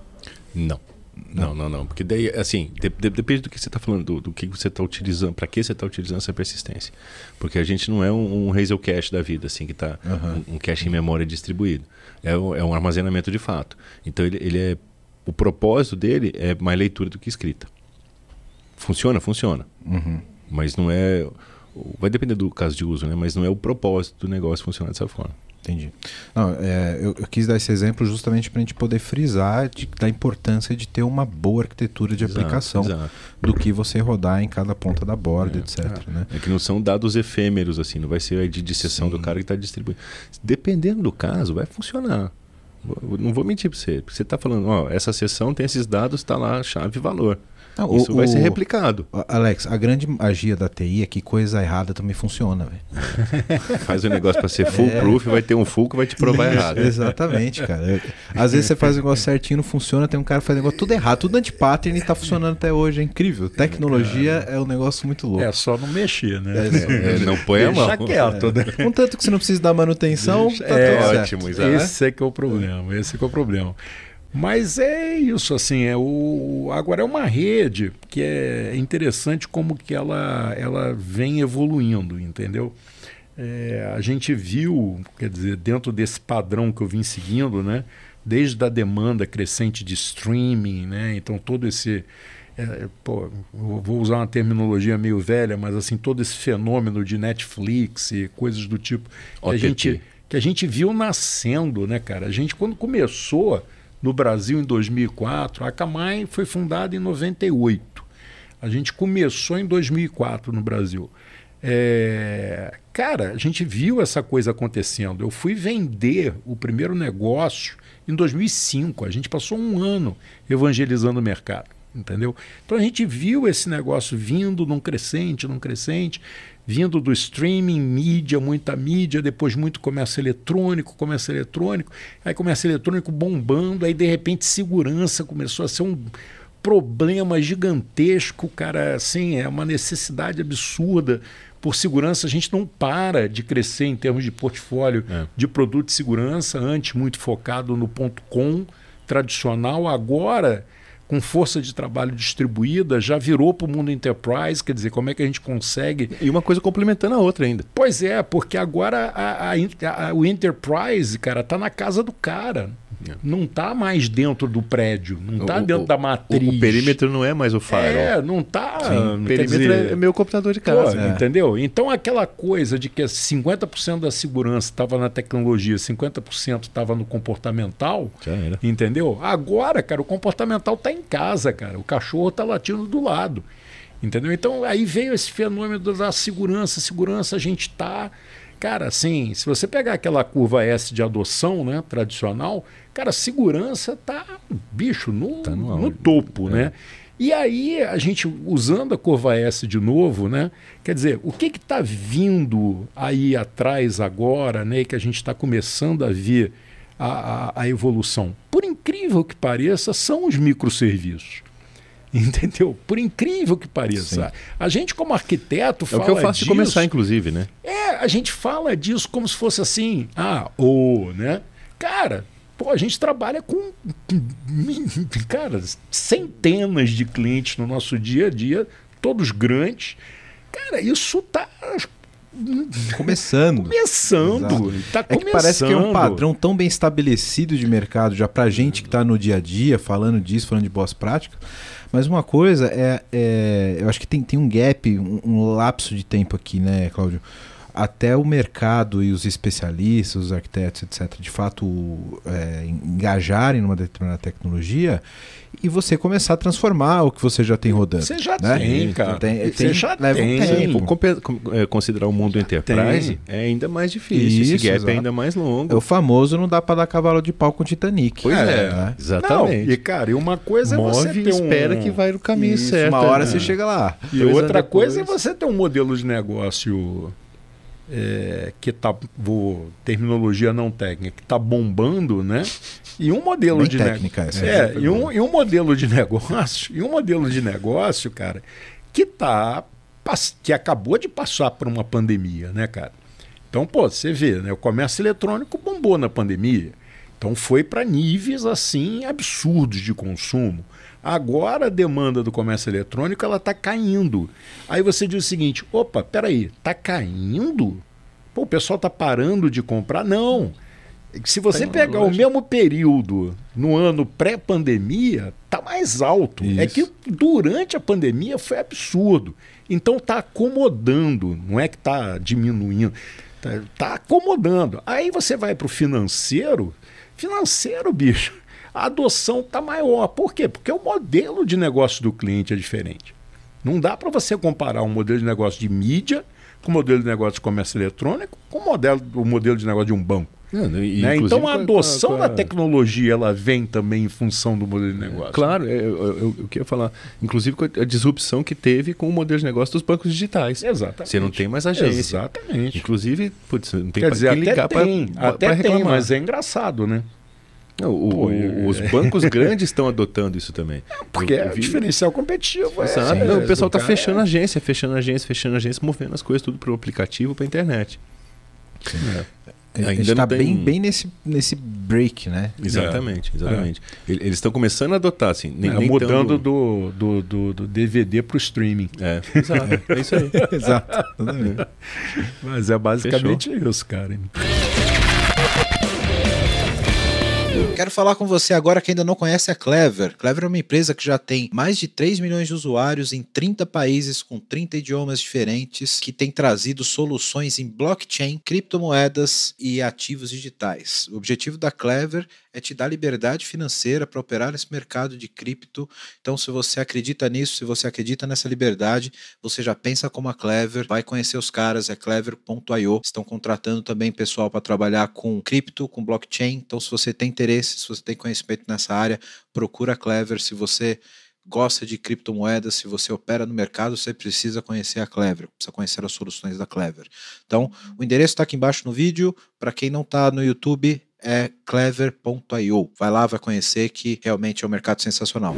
Não. Não, não, não. Porque daí, assim, de- de- depende do que você está falando, do, do que você está utilizando, para que você está utilizando essa persistência. Porque a gente não é um, um Hazel Cache da vida, assim, que está Aham. um, um cache em memória distribuído. É, um- é um armazenamento de fato. Então, ele, ele é, o propósito dele é mais leitura do que escrita. Funciona? Funciona. Uhum. Mas não é... Vai depender do caso de uso, né? Mas não é o propósito do negócio funcionar dessa forma. Entendi. Não, é, eu, eu quis dar esse exemplo justamente para a gente poder frisar de- da importância de ter uma boa arquitetura de Exato, aplicação exato. do que você rodar em cada ponta da borda, É, etcétera. Né? É que não são dados efêmeros, assim, não vai ser a I D de sessão Sim. do cara que está distribuindo. Dependendo do caso, vai funcionar. Vou- Não vou mentir para você. Porque você está falando, ó, essa sessão tem esses dados, está lá, chave e valor. Não, Isso o- vai ser o- replicado. Alex, a grande magia da T I é que coisa errada também funciona, velho. Faz o negócio para ser foolproof, vai ter um full que vai te provar errado. Exatamente, cara. Eu- às vezes você faz o negócio certinho, não funciona, tem um cara que faz o negócio tudo errado, tudo anti-pattern e tá funcionando até hoje. É incrível. Tecnologia é um negócio muito louco. É só não mexer, né? É, não põe a mão. Deixa quieto, né? Contanto que você não precisa dar manutenção, tá É, tudo certo. ótimo, exato. Esse é que é o problema, esse é que é o problema. Mas é isso, assim, é o agora é uma rede que é interessante como que ela, ela vem evoluindo, entendeu? É, a gente viu, quer dizer, dentro desse padrão que eu vim seguindo, né? Desde a demanda crescente de streaming, né? Então todo esse é, pô, eu vou usar uma terminologia meio velha, mas assim todo esse fenômeno de Netflix e coisas do tipo que a O T T. gente que a gente viu nascendo, né, cara? A gente quando começou no Brasil em dois mil e quatro, a Akamai foi fundada em noventa e oito. A gente começou em dois mil e quatro no Brasil. É, cara, a gente viu essa coisa acontecendo. Eu fui vender o primeiro negócio em dois mil e cinco. A gente passou um ano evangelizando o mercado, entendeu? Então a gente viu esse negócio vindo num crescente, num crescente, vindo do streaming, mídia, muita mídia, depois muito comércio eletrônico, comércio eletrônico, aí comércio eletrônico bombando, aí de repente segurança começou a ser um problema gigantesco, cara, assim, é uma necessidade absurda por segurança. A gente não para de crescer em termos de portfólio É. de produto de segurança, antes muito focado no ponto .com tradicional, agora com força de trabalho distribuída, já virou para o mundo enterprise, quer dizer, como é que a gente consegue... E uma coisa complementando a outra ainda. Pois é, porque agora a, a, a, o enterprise, cara, está na casa do cara. É. Não está mais dentro do prédio, não está O- dentro o- da matriz. O, o perímetro não é mais o firewall. É, não está... O perímetro é meu computador de casa. Pô, entendeu? Então aquela coisa de que cinquenta por cento da segurança estava na tecnologia, cinquenta por cento estava no comportamental, Já era. entendeu? Agora, cara, o comportamental está em casa, cara. O cachorro está latindo do lado. Entendeu? Então aí veio esse fenômeno da segurança. Segurança a gente está... Cara, assim, se você pegar aquela curva S de adoção, né, tradicional, cara, a segurança tá, bicho, no, Tá no no auge. topo, É. né? E aí, a gente, usando a curva S de novo, né? Quer dizer, o que está vindo aí atrás agora, né? Que a gente está começando a ver a, a, a evolução. Por incrível que pareça, são os microserviços. Entendeu? Por incrível que pareça. Sim. A gente, como arquiteto, É fala o que eu faço disso, de começar, inclusive, né? É, a gente fala disso como se fosse assim, ah, ou, né? Cara, pô, a gente trabalha com, cara, centenas de clientes no nosso dia a dia, todos grandes. Cara, isso tá Começando. começando, Exato. tá É começando. que parece que é um padrão tão bem estabelecido de mercado, já pra gente que está no dia a dia, falando disso, falando de boas práticas. Mas uma coisa é, é eu acho que tem, tem um gap, um, um lapso de tempo aqui, né, Cláudio? até o mercado e os especialistas, os arquitetos, etcétera, de fato é, engajarem numa determinada tecnologia e você começar a transformar o que você já tem rodando. Você já né? tem, cara. Tem, você tem, já leva tem. um tempo. Compe- com- é, considerar o mundo enterprise tem. é ainda mais difícil. Isso, Esse gap exato. é ainda mais longo. É o famoso não dá para dar cavalo de pau com o Titanic. Pois É, é, né? exatamente. Não, e cara, e uma coisa Move é você e ter um... espera que vai no caminho Isso, certo. uma hora né? você chega lá. E Dois outra anos depois- coisa é você ter um modelo de negócio é, que tá, vou, terminologia não técnica, que tá bombando, né? E um modelo Bem de técnica negócio. essa. É, e um, e um modelo de negócio, e um modelo de negócio, cara, que tá pass- que acabou de passar por uma pandemia, né, cara? Então, pô, você vê, né? O comércio eletrônico bombou na pandemia. Então foi para níveis assim absurdos de consumo. Agora a demanda do comércio eletrônico ela está caindo. Aí você diz o seguinte: opa, peraí, está caindo? Pô, o pessoal está parando de comprar? Não. Se você pegar o mesmo período no ano pré-pandemia, está mais alto. Isso. É que durante a pandemia foi absurdo. Então está acomodando, não é que está diminuindo. Está acomodando. Aí você vai para o financeiro. Financeiro, bicho, a adoção está maior. Por quê? Porque o modelo de negócio do cliente é diferente. Não dá para você comparar um modelo de negócio de mídia com o modelo de negócio de comércio eletrônico com o modelo, o modelo de negócio de um banco. Não, e, Né? inclusive, Então a adoção com a- com a- da tecnologia ela vem também em função do modelo de negócio. Claro, eu, eu, eu, eu queria falar, inclusive com a disrupção que teve com o modelo de negócio dos bancos digitais. Exatamente. Você não tem mais agência. Exatamente. Inclusive, putz, você não tem Quer para dizer, quem ligar até para tem, até tem, mas é engraçado, né? Não, o- Pô, o- é- os bancos grandes estão adotando isso também. Porque Eu- eu é vi- diferencial competitivo. Exato. É, Não, o pessoal do está cara fechando é- agência, fechando agência, fechando agência, movendo as coisas tudo para o aplicativo, para a internet. A gente Ainda está não tem- bem, bem nesse, nesse break, né? Exatamente, exatamente. Ele- Eles estão começando a adotar, assim. Nem, É, nem mudando tão- do, do, do, do D V D para o streaming. É, exato. É isso aí. Exato. Exatamente. Mas é basicamente isso, cara. Quero falar com você agora que ainda não conhece a Clever. Clever é uma empresa que já tem mais de três milhões de usuários em trinta países com trinta idiomas diferentes, que tem trazido soluções em blockchain, criptomoedas e ativos digitais. O objetivo da Clever é te dar liberdade financeira para operar nesse mercado de cripto. Então, se você acredita nisso, se você acredita nessa liberdade, você já pensa como a Clever, vai conhecer os caras, é clever ponto i o. Estão contratando também pessoal para trabalhar com cripto, com blockchain. Então, se você tem interesse, se você tem conhecimento nessa área, procura a Clever. Se você gosta de criptomoedas, se você opera no mercado, você precisa conhecer a Clever, precisa conhecer as soluções da Clever. Então, o endereço está aqui embaixo no vídeo. Para quem não está no YouTube, é clever ponto i o. Vai lá, vai conhecer, que realmente é um mercado sensacional.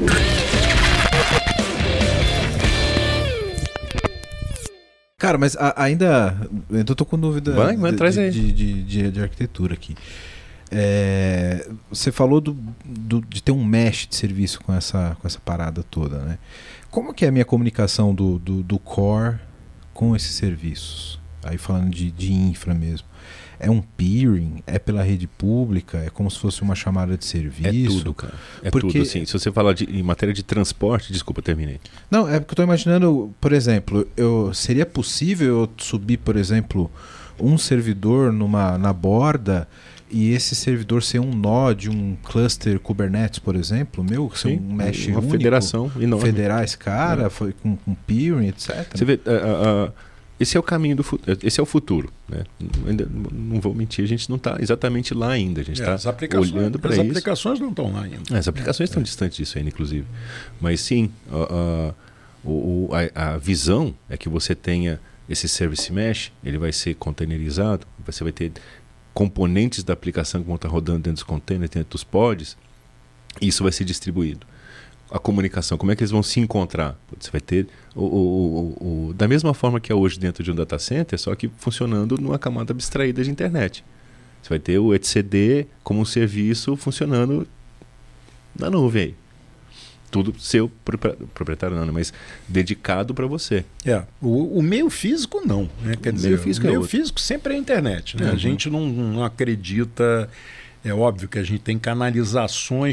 Cara, mas a- ainda. Eu ainda tô com dúvida Vai, vai, de, traz de, aí. de, de, de- de arquitetura aqui. É, você falou do, do- de ter um mesh de serviço com essa, com essa parada toda, né? Como que é a minha comunicação do, do, do core com esses serviços? Aí falando de, de infra mesmo. É um peering? É pela rede pública? É como se fosse uma chamada de É serviço? tudo, cara. É Porque- tudo, assim. Se você falar de, em matéria de transporte, desculpa, terminei. Não, é porque eu tô imaginando, por exemplo, eu, seria possível eu subir, por exemplo, um servidor numa, na borda e esse servidor ser um nó de um cluster Kubernetes, por exemplo, meu, ser Sim, um mesh uma único, federação enorme. federar esse cara, foi com, com peering, etcétera. Você vê, a- a- a- esse é o caminho do futuro. Esse é o futuro, né? Ainda não vou mentir, a gente não está exatamente lá ainda. A gente É, está as aplicações, olhando para as isso. aplicações não estão lá ainda. É, as aplicações estão distantes disso ainda, inclusive. Mas sim, a, a, o- o- a- a visão é que você tenha esse service mesh, ele vai ser containerizado, você vai ter componentes da aplicação que vão estar rodando dentro dos containers, dentro dos pods, e isso vai ser distribuído. A comunicação, como é que eles vão se encontrar? Você vai ter, o, o, o, o, da mesma forma que é hoje dentro de um data center, só que funcionando numa camada abstraída de internet. Você vai ter o etcd como um serviço funcionando na nuvem aí. Tudo seu, propri- proprietário não, né? Mas dedicado para você. É, o, o meio físico não, né? Quer O dizer, meio físico o é meio outro. físico sempre é a internet, né? A Uhum. gente não, não acredita, é óbvio que a gente tem canalizações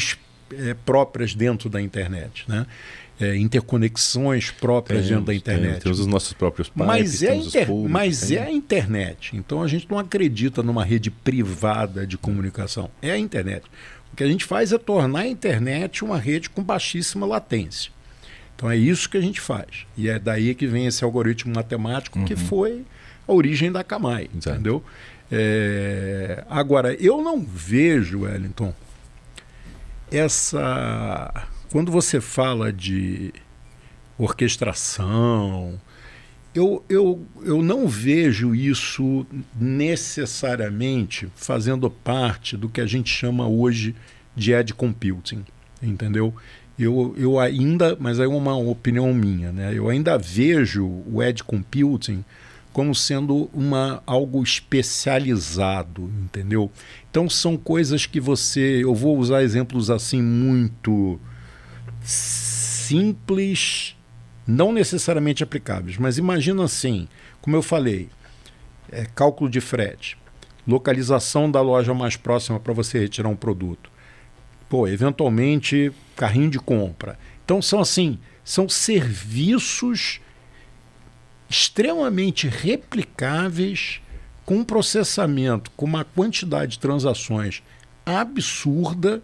é, próprias dentro da internet, né? É, interconexões próprias Temos, dentro da internet. Temos, temos os nossos próprios pipes, Mas, é, temos os inter... públicos, Mas tem. é a internet. Então a gente não acredita numa rede privada de comunicação. É a internet. O que a gente faz é tornar a internet uma rede com baixíssima latência. Então é isso que a gente faz. E é daí que vem esse algoritmo matemático uhum. que foi a origem da Akamai. Exato. Entendeu? É... Agora, eu não vejo, Wellington, essa... Quando você fala de orquestração, eu, eu, eu não vejo isso necessariamente fazendo parte do que a gente chama hoje de edge computing, entendeu? Eu, eu ainda, mas é uma opinião minha, né? Eu ainda vejo o edge computing como sendo uma, algo especializado, entendeu? Então são coisas que você... Eu vou usar exemplos assim muito... simples, não necessariamente aplicáveis, mas imagina assim, como eu falei, é, cálculo de frete, localização da loja mais próxima para você retirar um produto, pô, eventualmente carrinho de compra. Então são assim, são serviços extremamente replicáveis, com um processamento, com uma quantidade de transações absurda,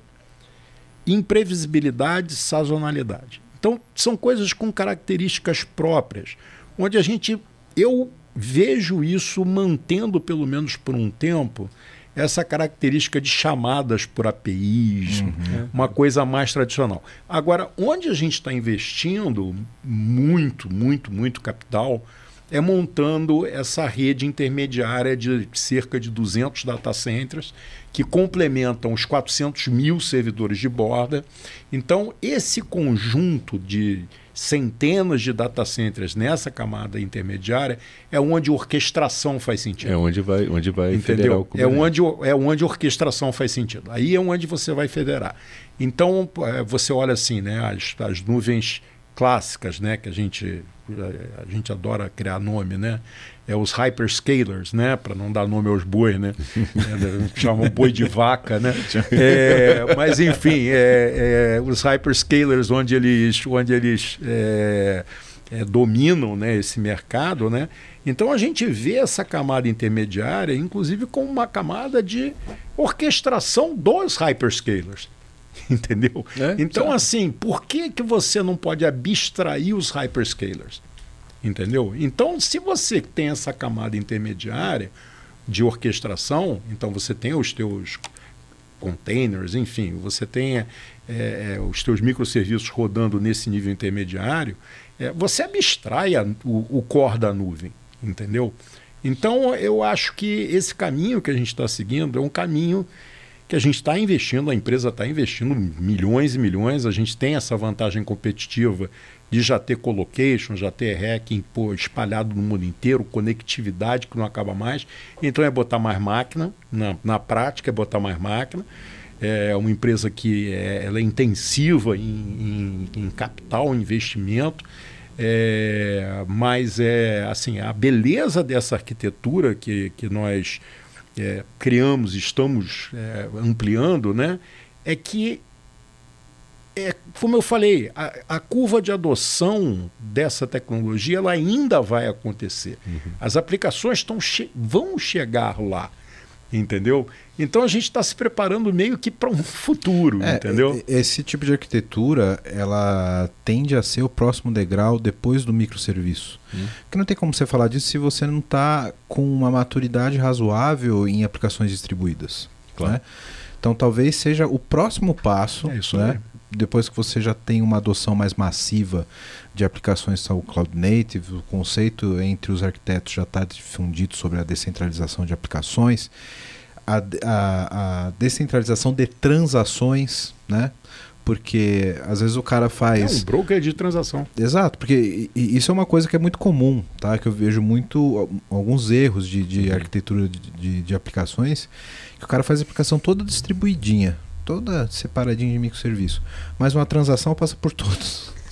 imprevisibilidade, sazonalidade. Então, são coisas com características próprias, onde a gente, eu vejo isso mantendo, pelo menos por um tempo, essa característica de chamadas por A P Is, uhum. uma coisa mais tradicional. Agora, onde a gente está investindo muito, muito, muito capital, é montando essa rede intermediária de cerca de duzentos data centers que complementam os quatrocentos mil servidores de borda. Então, esse conjunto de centenas de data centers nessa camada intermediária é onde orquestração faz sentido. É onde vai, onde vai federar o Kubernetes. É onde, é onde orquestração faz sentido. Aí é onde você vai federar. Então, você olha assim, né, as, as nuvens clássicas, né, que a gente... a gente adora criar nome, né? É os hyperscalers, né? Para não dar nome aos bois, né? É, chamam boi de vaca, né? É, mas enfim, é, é, os hyperscalers onde eles, onde eles é, é, dominam, né, esse mercado, né? Então a gente vê essa camada intermediária, inclusive, como uma camada de orquestração dos hyperscalers. Entendeu? É, então, certo. Assim, por que, que você não pode abstrair os hyperscalers? Entendeu? Então, se você tem essa camada intermediária de orquestração, então você tem os teus containers, enfim, você tem é, os teus microserviços rodando nesse nível intermediário, é, você abstrai a, o, o core da nuvem, entendeu? Então, eu acho que esse caminho que a gente está seguindo é um caminho que a gente está investindo, a empresa está investindo milhões e milhões, a gente tem essa vantagem competitiva de já ter colocation, já ter hacking pô, espalhado no mundo inteiro, conectividade que não acaba mais. Então é botar mais máquina, na, na prática é botar mais máquina. É uma empresa que é, ela é intensiva em, em, em capital, em investimento, é, mas é assim, a beleza dessa arquitetura que, que nós... É, criamos, estamos é, ampliando, né? É que, é, como eu falei, a, a curva de adoção dessa tecnologia ela ainda vai acontecer. Uhum. As aplicações tão che- vão chegar lá, entendeu? Então a gente está se preparando meio que para um futuro, é, entendeu? Esse tipo de arquitetura, ela tende a ser o próximo degrau depois do microserviço. Hum. Porque não tem como você falar disso se você não está com uma maturidade razoável em aplicações distribuídas. Claro. Né? Então talvez seja o próximo passo, é isso, né? Depois que você já tem uma adoção mais massiva de aplicações ao Cloud Native, o conceito entre os arquitetos já está difundido sobre a descentralização de aplicações, a, a, a descentralização de transações, né? Porque às vezes o cara faz... É um broker de transação. Exato, porque isso é uma coisa que é muito comum, tá? Que eu vejo muito, alguns erros de, de arquitetura de, de, de aplicações, que o cara faz a aplicação toda distribuidinha, toda separadinha de microserviço, mas uma transação passa por todos.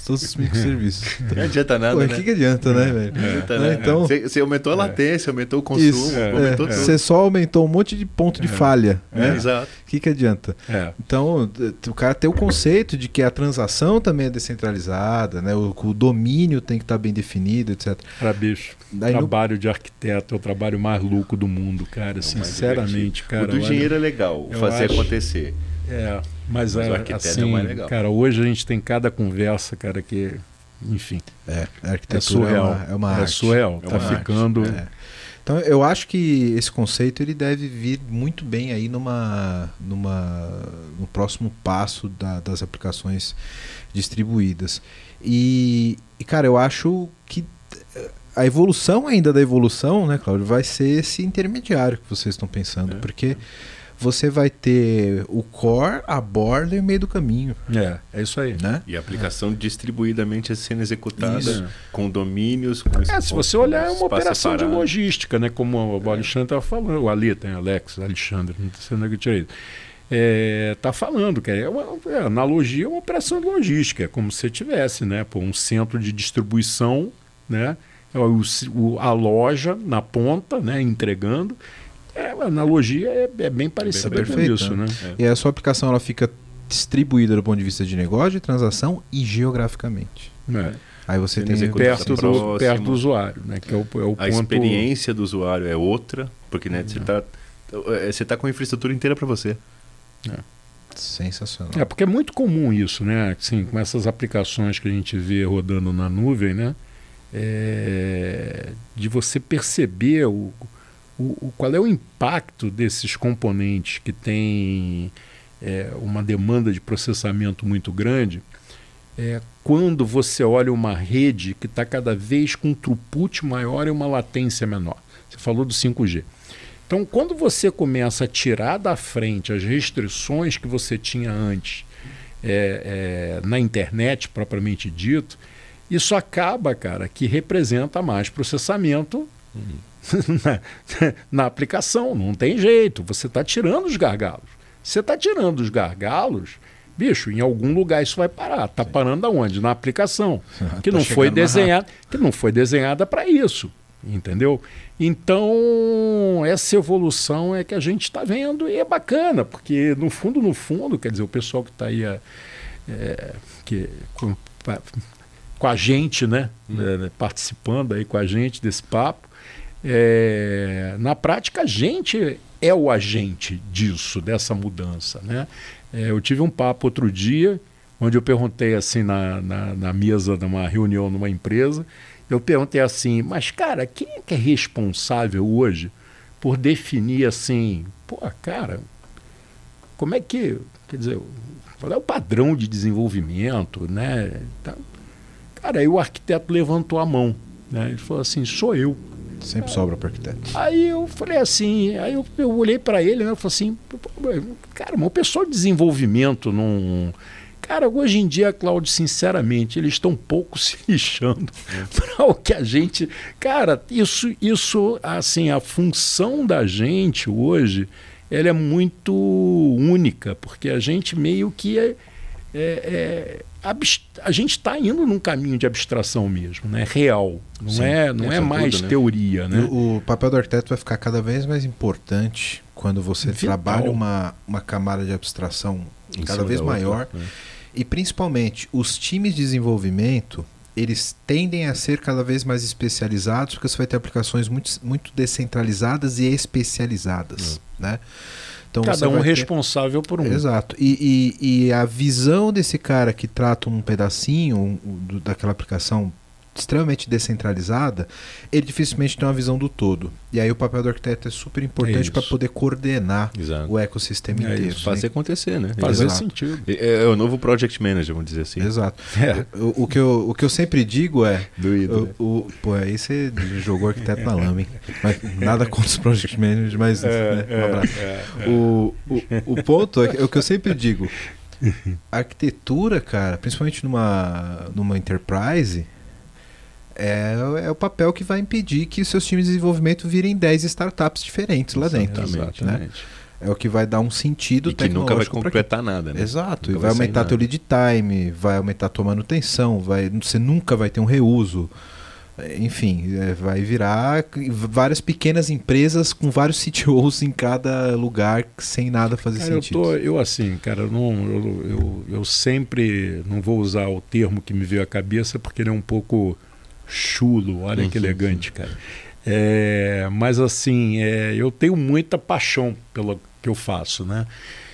todos os microserviços. Não adianta nada, Pô, né? O que, que adianta, né, velho? Não adianta Né, nada. então- Você, você aumentou a latência, aumentou o consumo, Isso, é. aumentou tudo. Você só aumentou um monte de ponto de falha, É, né? exato. O que, que adianta? É. Então, o cara tem o conceito de que a transação também é descentralizada, né? O, o domínio tem que estar bem definido, etcétera. Cara, bicho, Daí no- trabalho de arquiteto é o trabalho mais louco do mundo, cara. Sinceramente, cara. o do olha- engenheiro é legal, eu fazer acho- acontecer. É, mas, Mas é, o arquiteto é assim, o mais legal. cara, hoje a gente tem cada conversa, cara, que, enfim, É, a é arquitetura surreal. é uma, é uma arte. surreal. É tá uma arte, ficando. É. Então eu acho que esse conceito ele deve vir muito bem aí numa, numa, no próximo passo da- das aplicações distribuídas. E, e, cara, eu acho que a evolução ainda da evolução, né, Cláudio, vai ser esse intermediário que vocês estão pensando, É. porque você vai ter o core, a borda e o meio do caminho, É, é isso aí. né? E a aplicação distribuidamente sendo executada Isso. com domínios, com É, se você olhar, é uma espaço operação de separado. logística, né? Como o Alexandre estava falando, o Ali tem Alex, Alexandre, não sei se eu tirei. É, tá falando, que é uma é, analogia é uma operação de logística, é como se você tivesse, né? Pô, um centro de distribuição, né? O, o- a loja na ponta, né? Entregando. É, a analogia é, é bem parecida com perfeita, isso, né? E a sua aplicação ela fica distribuída do ponto de vista de negócio, de transação e geograficamente. É. Aí você Sendo tem executado Perto, do, próximo. perto do usuário, né? Que é o, é o A ponto. experiência do usuário é outra, porque né, você está você tá com a infraestrutura inteira para você. sensacional. É, porque é muito comum isso, né? Assim, com essas aplicações que a gente vê rodando na nuvem, né? É, de você perceber o, o, o- qual é o impacto desses componentes que têm é, uma demanda de processamento muito grande, é, quando você olha uma rede que está cada vez com um throughput maior e uma latência menor. Você falou do cinco G. Então, quando você começa a tirar da frente as restrições que você tinha antes é, é, na internet, propriamente dito, isso acaba, cara, que representa mais processamento na, na aplicação. Não tem jeito. Você está tirando os gargalos. Você está tirando os gargalos, bicho, em algum lugar isso vai parar. Está parando aonde? Na aplicação. Que Tá não foi chegando mais desenhada, que não foi desenhada para isso. Entendeu? Então, essa evolução é que a gente está vendo e é bacana, porque no fundo, no fundo, quer dizer, o pessoal que está aí é, é, que, com, com a gente, né, Hum. é, participando aí com a gente desse papo, é, na prática a gente é o agente disso, dessa mudança, né? É, eu tive um papo outro dia, onde eu perguntei assim na, na, na mesa de uma reunião numa empresa. Eu perguntei assim, mas cara, quem é que é responsável hoje por definir assim, pô, cara, como é que, quer dizer, qual é o padrão de desenvolvimento, né? Tá. Cara, aí o arquiteto levantou a mão, né? Ele falou assim, sou eu. Sempre sobra para arquiteto. Aí eu falei assim, aí eu, eu olhei para ele, né? Eu falei assim, cara, mas o pessoal de desenvolvimento não... Cara, hoje em dia, Cláudio, sinceramente, eles estão pouco se lixando para o que a gente... Cara, isso, isso, assim, a função da gente hoje, ela é muito única, porque a gente meio que é... é, é abst... A gente está indo num caminho de abstração mesmo, né? Real. Não Sim, é, não é, é mais tudo, né? teoria, né? O, o papel do arquiteto vai ficar cada vez mais importante quando você Vital. trabalha uma, uma camada de abstração Em cada cima vez da outra, maior. né? E principalmente, os times de desenvolvimento, eles tendem a ser cada vez mais especializados, porque você vai ter aplicações muito, muito descentralizadas e especializadas, né? Então você Cada um vai ter- responsável por um. Exato. E, e, e a visão desse cara que trata um pedacinho um, do- daquela aplicação extremamente descentralizada, ele dificilmente tem uma visão do todo. E aí o papel do arquiteto é super importante isso. para poder coordenar Exato. o ecossistema É inteiro. isso. Fazer acontecer, né? Fazer Exato. sentido. É, é o novo project manager, vamos dizer assim. Exato. É. O, o que eu, o que eu sempre digo é. Doído, O, né? o, pô, aí você jogou o arquiteto na lama, hein? Mas nada contra os project managers, mas. né, um abraço. O, o, o ponto é, que, é o que eu sempre digo. A arquitetura, cara, principalmente numa, numa enterprise, é, é o papel que vai impedir que os seus times de desenvolvimento virem dez startups diferentes lá dentro. Exatamente. Né? é o que vai dar um sentido e que nunca vai tecnológico pra completar nada, né? Exato, Nunca e vai vai sair aumentar nada. teu lead time, vai aumentar tua manutenção, vai, você nunca vai ter um reuso. Enfim, é, vai virar várias pequenas empresas com vários C T Os em cada lugar sem nada fazer Cara, eu, sentido. tô, eu assim, cara, eu, não, eu, eu, eu sempre não vou usar o termo que me veio à cabeça porque ele é um pouco chulo, olha Uhum, que elegante, cara. É, mas assim, é, eu tenho muita paixão pelo que eu faço, né?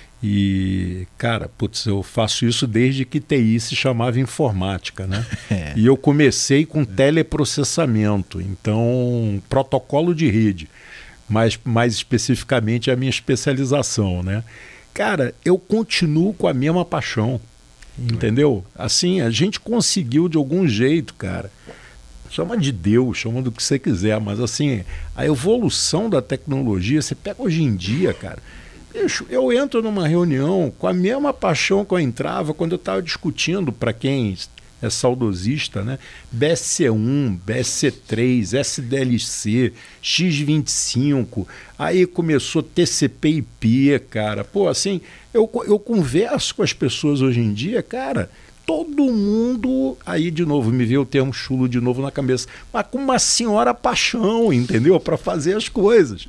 E, cara, putz, eu faço isso desde que T I se chamava informática, né? É. E eu comecei com teleprocessamento, então protocolo de rede, mas mais especificamente a minha especialização, né? Cara, eu continuo com a mesma paixão, entendeu? Assim, a gente conseguiu de algum jeito, cara. Chama de Deus, chama do que você quiser, mas assim, a evolução da tecnologia, você pega hoje em dia, cara. Bicho, eu entro numa reunião com a mesma paixão que eu entrava quando eu estava discutindo, para quem é saudosista, né? B S C um, B S C três, S D L C, X vinte e cinco, aí começou T C P I P, cara. Pô, assim, eu, eu converso com as pessoas hoje em dia, cara, todo mundo, aí de novo, me veio o termo chulo de novo na cabeça, mas com uma senhora paixão, entendeu? Para fazer as coisas.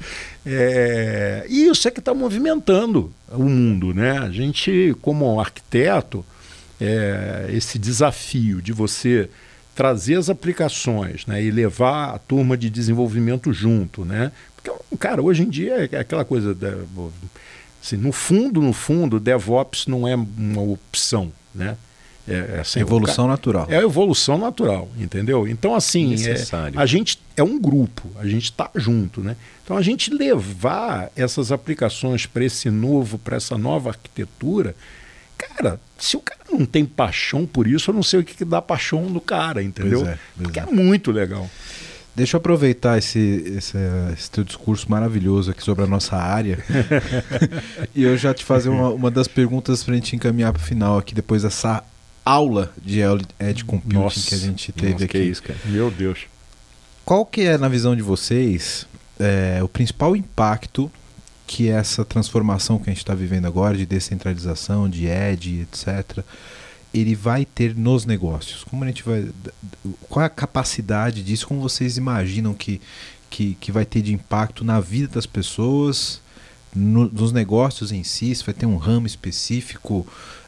É, e isso é que está movimentando o mundo, né? A gente, como arquiteto, é, esse desafio de você trazer as aplicações, né, e levar a turma de desenvolvimento junto, né? Porque, cara, hoje em dia é aquela coisa, da, assim, no fundo, no fundo, DevOps não é uma opção, né? É, assim, evolução o, natural. É a evolução natural, entendeu? Então, assim, é, a gente é um grupo, a gente está junto, né? Então, a gente levar essas aplicações para esse novo, para essa nova arquitetura, cara, se o cara não tem paixão por isso, eu não sei o que, que dá paixão no cara, entendeu? Pois é, pois Porque é. é muito legal. Deixa eu aproveitar esse, esse, esse teu discurso maravilhoso aqui sobre a nossa área e eu já te fazer uma, uma das perguntas para a gente encaminhar para o final aqui, depois dessa aula de Edge Computing Nossa, que a gente teve Nossa, aqui. que é isso, cara. Meu Deus. Qual que é, na visão de vocês, é, o principal impacto que essa transformação que a gente está vivendo agora, de descentralização, de Edge, etcétera, ele vai ter nos negócios? Como a gente vai, qual é a capacidade disso? Como vocês imaginam que, que, que vai ter de impacto na vida das pessoas, no, nos negócios em si? Se vai ter um ramo específico?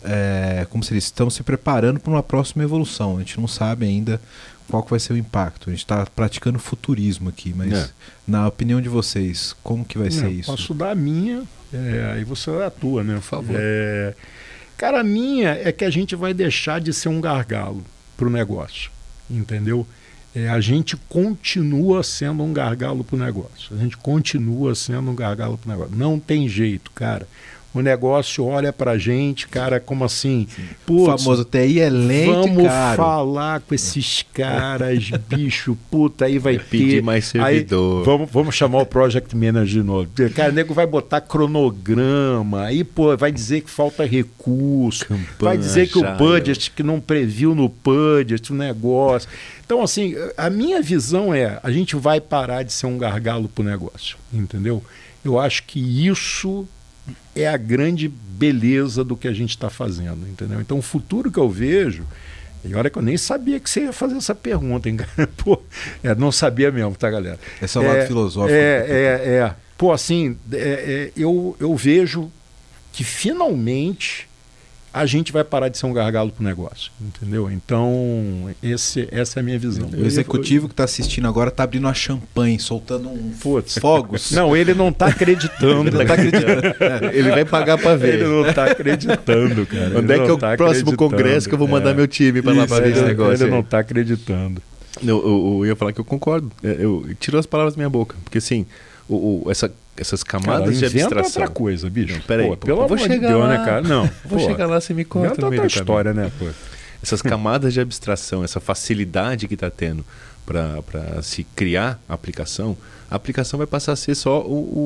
É, como se eles estão se preparando para uma próxima evolução. A gente não sabe ainda qual que vai ser o impacto. A gente está praticando futurismo aqui, mas É. na opinião de vocês, como que vai ser Não, isso? Posso dar a minha, é, aí você dá a tua, né? Por favor. É, cara, a minha é que a gente vai deixar de ser um gargalo para o negócio, entendeu? É, a gente continua sendo um gargalo para o negócio. A gente continua sendo um gargalo para o negócio. Não tem jeito, cara. O negócio olha pra gente, cara, como assim? O Putz, famoso T I é lento vamos e caro. falar com esses caras, bicho, puta, aí vai Pedir ter... mais Aí, servidor. vamos, vamos chamar o Project Manager de novo. Cara, o nego vai botar cronograma, aí, pô, vai dizer que falta recurso, Campanha, vai dizer que já, o budget, que não previu no budget o negócio. Então, assim, a minha visão é, a gente vai parar de ser um gargalo pro negócio, entendeu? Eu acho que isso é a grande beleza do que a gente está fazendo, entendeu? Então, o futuro que eu vejo, e olha que eu nem sabia que você ia fazer essa pergunta, hein, cara? Pô, é, não sabia mesmo, tá, galera? Esse é o lado filosófico. É, é, é. Pô, assim, é, é, eu, eu vejo que finalmente a gente vai parar de ser um gargalo pro negócio, entendeu? Então, esse, essa é a minha visão. O executivo que está assistindo agora está abrindo uma champanhe, soltando um Putz. fogos. Não, ele não está acreditando. Ele não tá acreditando. Ele vai pagar pra ver. Ele não está acreditando, cara. Onde é Ele que é não o tá próximo acreditando. congresso que eu vou mandar É. meu time pra lá pra ver Isso, esse ele- negócio? Ele não aí? está acreditando. Eu, eu, eu ia falar que eu concordo. É, Eu, tirou as palavras da minha boca. Porque assim, o, o- essa, essas camadas Cara, de inventa abstração. outra coisa, bicho. Não, peraí, Pô, pô, pelo eu vou amor de chegar Deus, lá. né, cara? Não. Vou pô, chegar lá, você me conta. inventa no meio outra do caminho. história, né, pô? Essas camadas de abstração, essa facilidade que está tendo para se criar a aplicação, a aplicação vai passar a ser só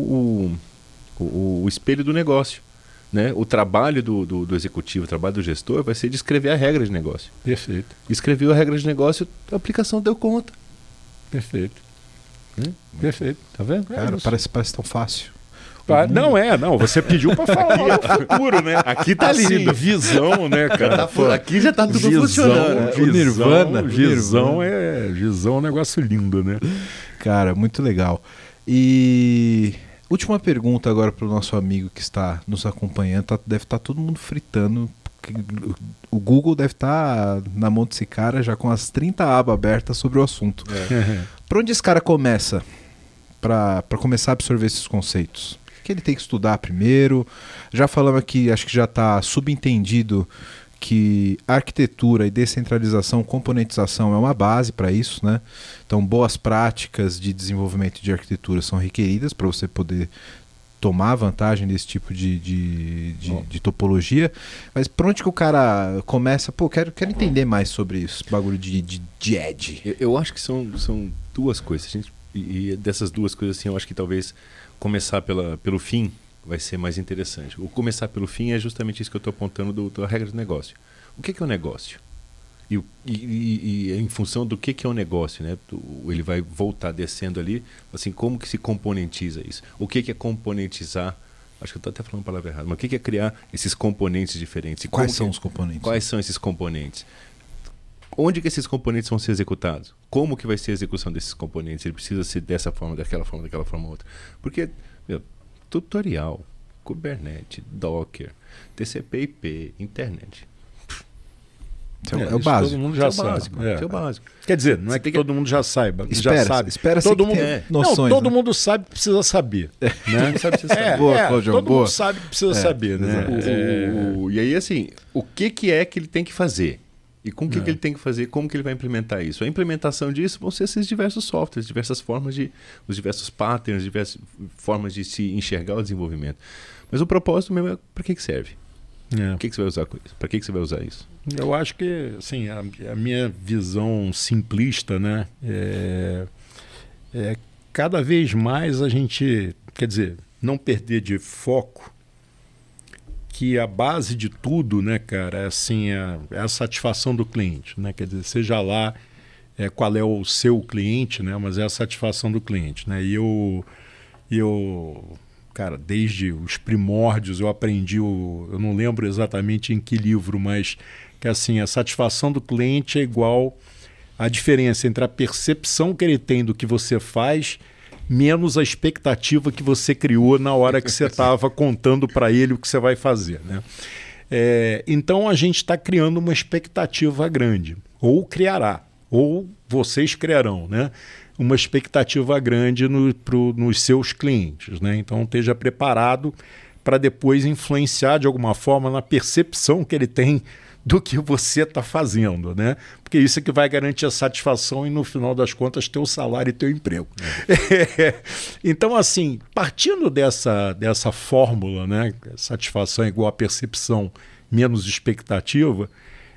o, o, o, o espelho do negócio. Né? O trabalho do, do, do executivo, o trabalho do gestor vai ser de escrever a regra de negócio. Perfeito, Escreveu a regra de negócio, a aplicação deu conta. perfeito. Hum? Perfeito, tá vendo? É Cara, isso. parece, parece tão fácil. Ah, não é, não. Você pediu para falar do futuro, né? Aqui tá assim, lindo. Visão, né, cara? Tá, aqui já tá tudo visão, funcionando. Visão, O Nirvana. Visão é, visão é um negócio lindo, né? Cara, muito legal. E última pergunta agora para o nosso amigo que está nos acompanhando. Tá, deve estar todo mundo fritando. O Google deve estar na mão desse cara já com as trinta abas abertas sobre o assunto. É. Por onde esse cara começa para começar a absorver esses conceitos? O que ele tem que estudar primeiro? Já falamos aqui, acho que já está subentendido que arquitetura e descentralização, componentização é uma base para isso, né? Então, boas práticas de desenvolvimento de arquitetura são requeridas para você poder tomar vantagem desse tipo de, de, de, oh. de topologia. Mas por onde que o cara começa? Pô, quero, quero entender mais sobre isso, bagulho de, de, de edge. Eu, eu acho que são, são duas coisas. A gente, e, e dessas duas coisas, assim, eu acho que talvez começar pela, pelo fim vai ser mais interessante. O começar pelo fim é justamente isso que eu estou apontando do, da regra do negócio. O que, que é um negócio? E, e, e, e em função do que, que é um negócio, né? Ele vai voltar descendo ali, assim, como que se componentiza isso? O que, que é componentizar? Acho que eu estou até falando a palavra errada, mas o que, que é criar esses componentes diferentes? E quais são que, os componentes? Quais são esses componentes? Onde que esses componentes vão ser executados? Como que vai ser a execução desses componentes? Ele precisa ser dessa forma, daquela forma, daquela forma, outra. Porque, meu, tutorial, Kubernetes, Docker, T C P I P, internet. É, é o básico. Todo mundo já sabe. Básico, é. É o básico. Quer dizer, não Você é que, que todo mundo já saiba. Espera, já sabe. Espera todo mundo, é. noções, não, todo né? mundo sabe que precisa saber. Né? Sabe, precisa saber. É, boa, é, Claudio, todo boa. mundo sabe que precisa é, saber. Né? O, É... o, o, e aí, assim, o que, que é que ele tem que fazer? E com o que, é. que ele tem que fazer? Como que ele vai implementar isso? A implementação disso vão ser esses diversos softwares, diversas formas de... os diversos patterns, diversas formas de se enxergar o desenvolvimento. Mas o propósito mesmo é para que, que serve? É. O que, que você vai usar com isso? Para que, que você vai usar isso? Eu acho que, assim, a, a minha visão simplista, né, é, é cada vez mais a gente, quer dizer, não perder de foco que a base de tudo, né, cara, é, assim, é, é a satisfação do cliente, né, quer dizer, seja lá é, qual é o seu cliente, né, mas é a satisfação do cliente, né, e eu... eu Cara, desde os primórdios eu aprendi, o, eu não lembro exatamente em que livro, mas que assim, a satisfação do cliente é igual à diferença entre a percepção que ele tem do que você faz menos a expectativa que você criou na hora que você estava contando para ele o que você vai fazer, né? É, então a gente está criando uma expectativa grande, ou criará, ou vocês criarão, né? Uma expectativa grande no, pro, nos seus clientes, né? Então esteja preparado para depois influenciar de alguma forma na percepção que ele tem do que você está fazendo, né? Porque isso é que vai garantir a satisfação e no final das contas ter o salário e ter o emprego. É. Então assim, partindo dessa, dessa fórmula, né? Satisfação é igual a percepção menos expectativa,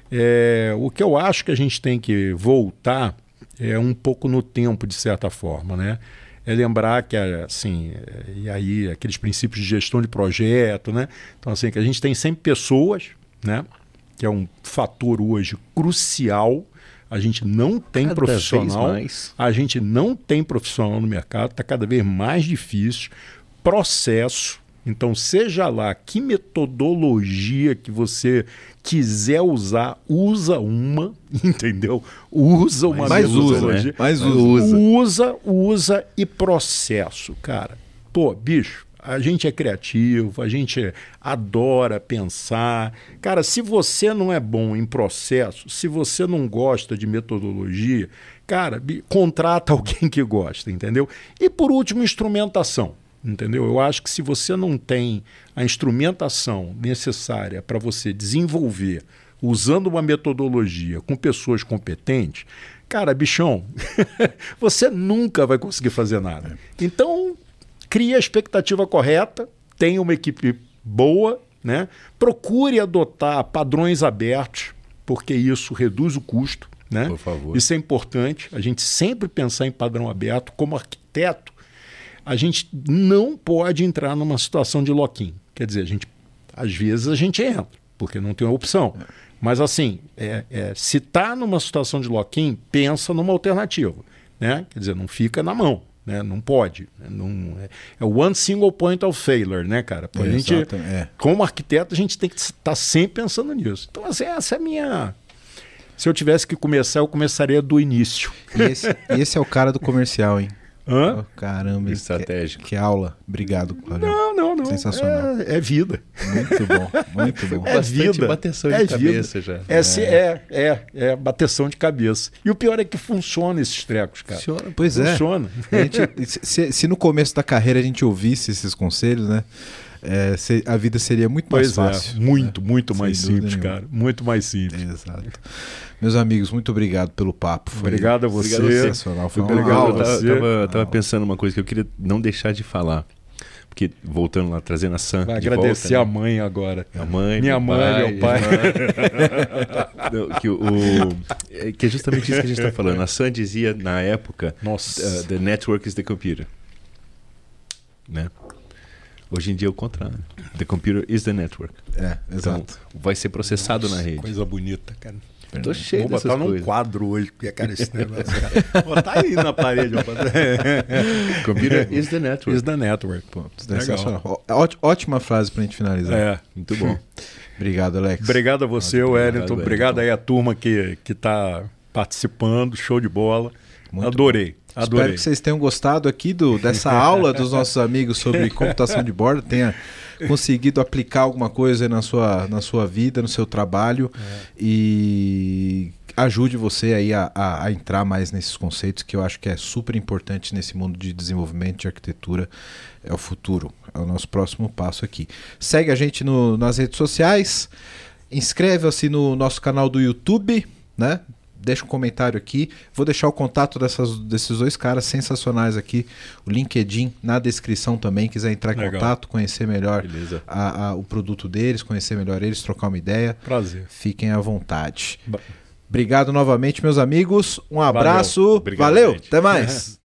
é, o que eu acho que a gente tem que voltar é um pouco no tempo, de certa forma, né? É lembrar que, assim, e aí aqueles princípios de gestão de projeto, né? Então, assim, que a gente tem sempre pessoas, né? Que é um fator hoje crucial. A gente não tem cada profissional, vez mais. a gente não tem profissional no mercado, está cada vez mais difícil. Processo. Então, seja lá que metodologia que você quiser usar, usa uma, entendeu? Usa uma mais metodologia. Usa, né? Mais usa. Usa, usa e processo, cara. Pô, bicho, a gente é criativo, a gente adora pensar. Cara, se você não é bom em processo, se você não gosta de metodologia, cara, contrata alguém que gosta, entendeu? E por último, instrumentação. Entendeu? Eu acho que se você não tem a instrumentação necessária para você desenvolver usando uma metodologia com pessoas competentes, cara, bichão, você nunca vai conseguir fazer nada. Então, crie a expectativa correta, tenha uma equipe boa, né? Procure adotar padrões abertos, porque isso reduz o custo, né? Por favor. Isso é importante, a gente sempre pensar em padrão aberto. Como arquiteto, a gente não pode entrar numa situação de lock-in. Quer dizer, a gente, às vezes a gente entra, porque não tem opção. É. Mas assim, é, é, se está numa situação de lock-in, pensa numa alternativa, né? Quer dizer, não fica na mão, né? Não pode. Não, é, é o one single point of failure, né, cara? Pô, a É, gente, exato, é. como arquiteto, a gente tem que estar sempre pensando nisso. Então, assim, essa é a minha... Se eu tivesse que começar, eu começaria do início. E esse, e esse é o cara do comercial, hein? Hã? Oh, caramba, Estratégico. Que, que aula. Obrigado, Claudio. Não, não, não. Sensacional. É, é vida. Muito bom, muito bom. É Bastante vida. bateção de É cabeça vida. já. É, se- é, é, é bateção de cabeça. E o pior é que funciona esses trecos, cara. Funciona. Pois é. Funciona. A gente- se, se no começo da carreira a gente ouvisse esses conselhos, né? é, se- a vida seria muito mais Pois fácil. é, muito, né? muito Sem mais dúvida simples, nenhuma. cara. Muito mais simples. Exato. Meus amigos, muito obrigado pelo papo. Foi Obrigado a você. Obrigado a você. sensacional. Foi uma Obrigado aula. a Eu tava, você. tava, tava pensando uma coisa que eu queria não deixar de falar. Porque, voltando lá, trazendo a Sam Vai de agradecer volta, a mãe agora. né? A mãe, Minha meu mãe, meu pai. Não, que, o, é, que é justamente isso que a gente está falando. A Sam dizia, na época, Nossa. uh, the network is the computer. Né? Hoje em dia é o contrário. The computer is the network. É, Então, exato. vai ser processado Nossa, na rede. Coisa bonita, cara. Tô cheio Vou dessas botar num coisas. quadro hoje, porque, cara, esse negócio, cara. Botar aí na parede. Ó, Computer is the network. Is the network. Pô, Legal. sensacional. Ó- ót- Ótima frase pra gente finalizar. É. Muito bom. Obrigado, Alex. Obrigado a você, Obrigado, Wellington. Wellington. Obrigado aí a turma que, que tá participando. Show de bola. Muito Adorei. Espero Adorei. que vocês tenham gostado aqui do, dessa aula dos nossos amigos sobre computação de bordo, tenha conseguido aplicar alguma coisa aí na sua, na sua vida, no seu trabalho e ajude você aí a, a, a entrar mais nesses conceitos que eu acho que é super importante nesse mundo de desenvolvimento de arquitetura. É o futuro, é o nosso próximo passo aqui. Segue a gente no, nas redes sociais, inscreva-se no nosso canal do YouTube, né? Deixa um comentário aqui. Vou deixar o contato dessas, desses dois caras sensacionais aqui. O LinkedIn na descrição também. Quiser entrar em Legal. contato, conhecer melhor Beleza. a- a- o produto deles, conhecer melhor eles, trocar uma ideia. Prazer. Fiquem à vontade. Ba- Obrigado novamente, meus amigos. Um abraço. Obrigado, Valeu. gente. Até mais.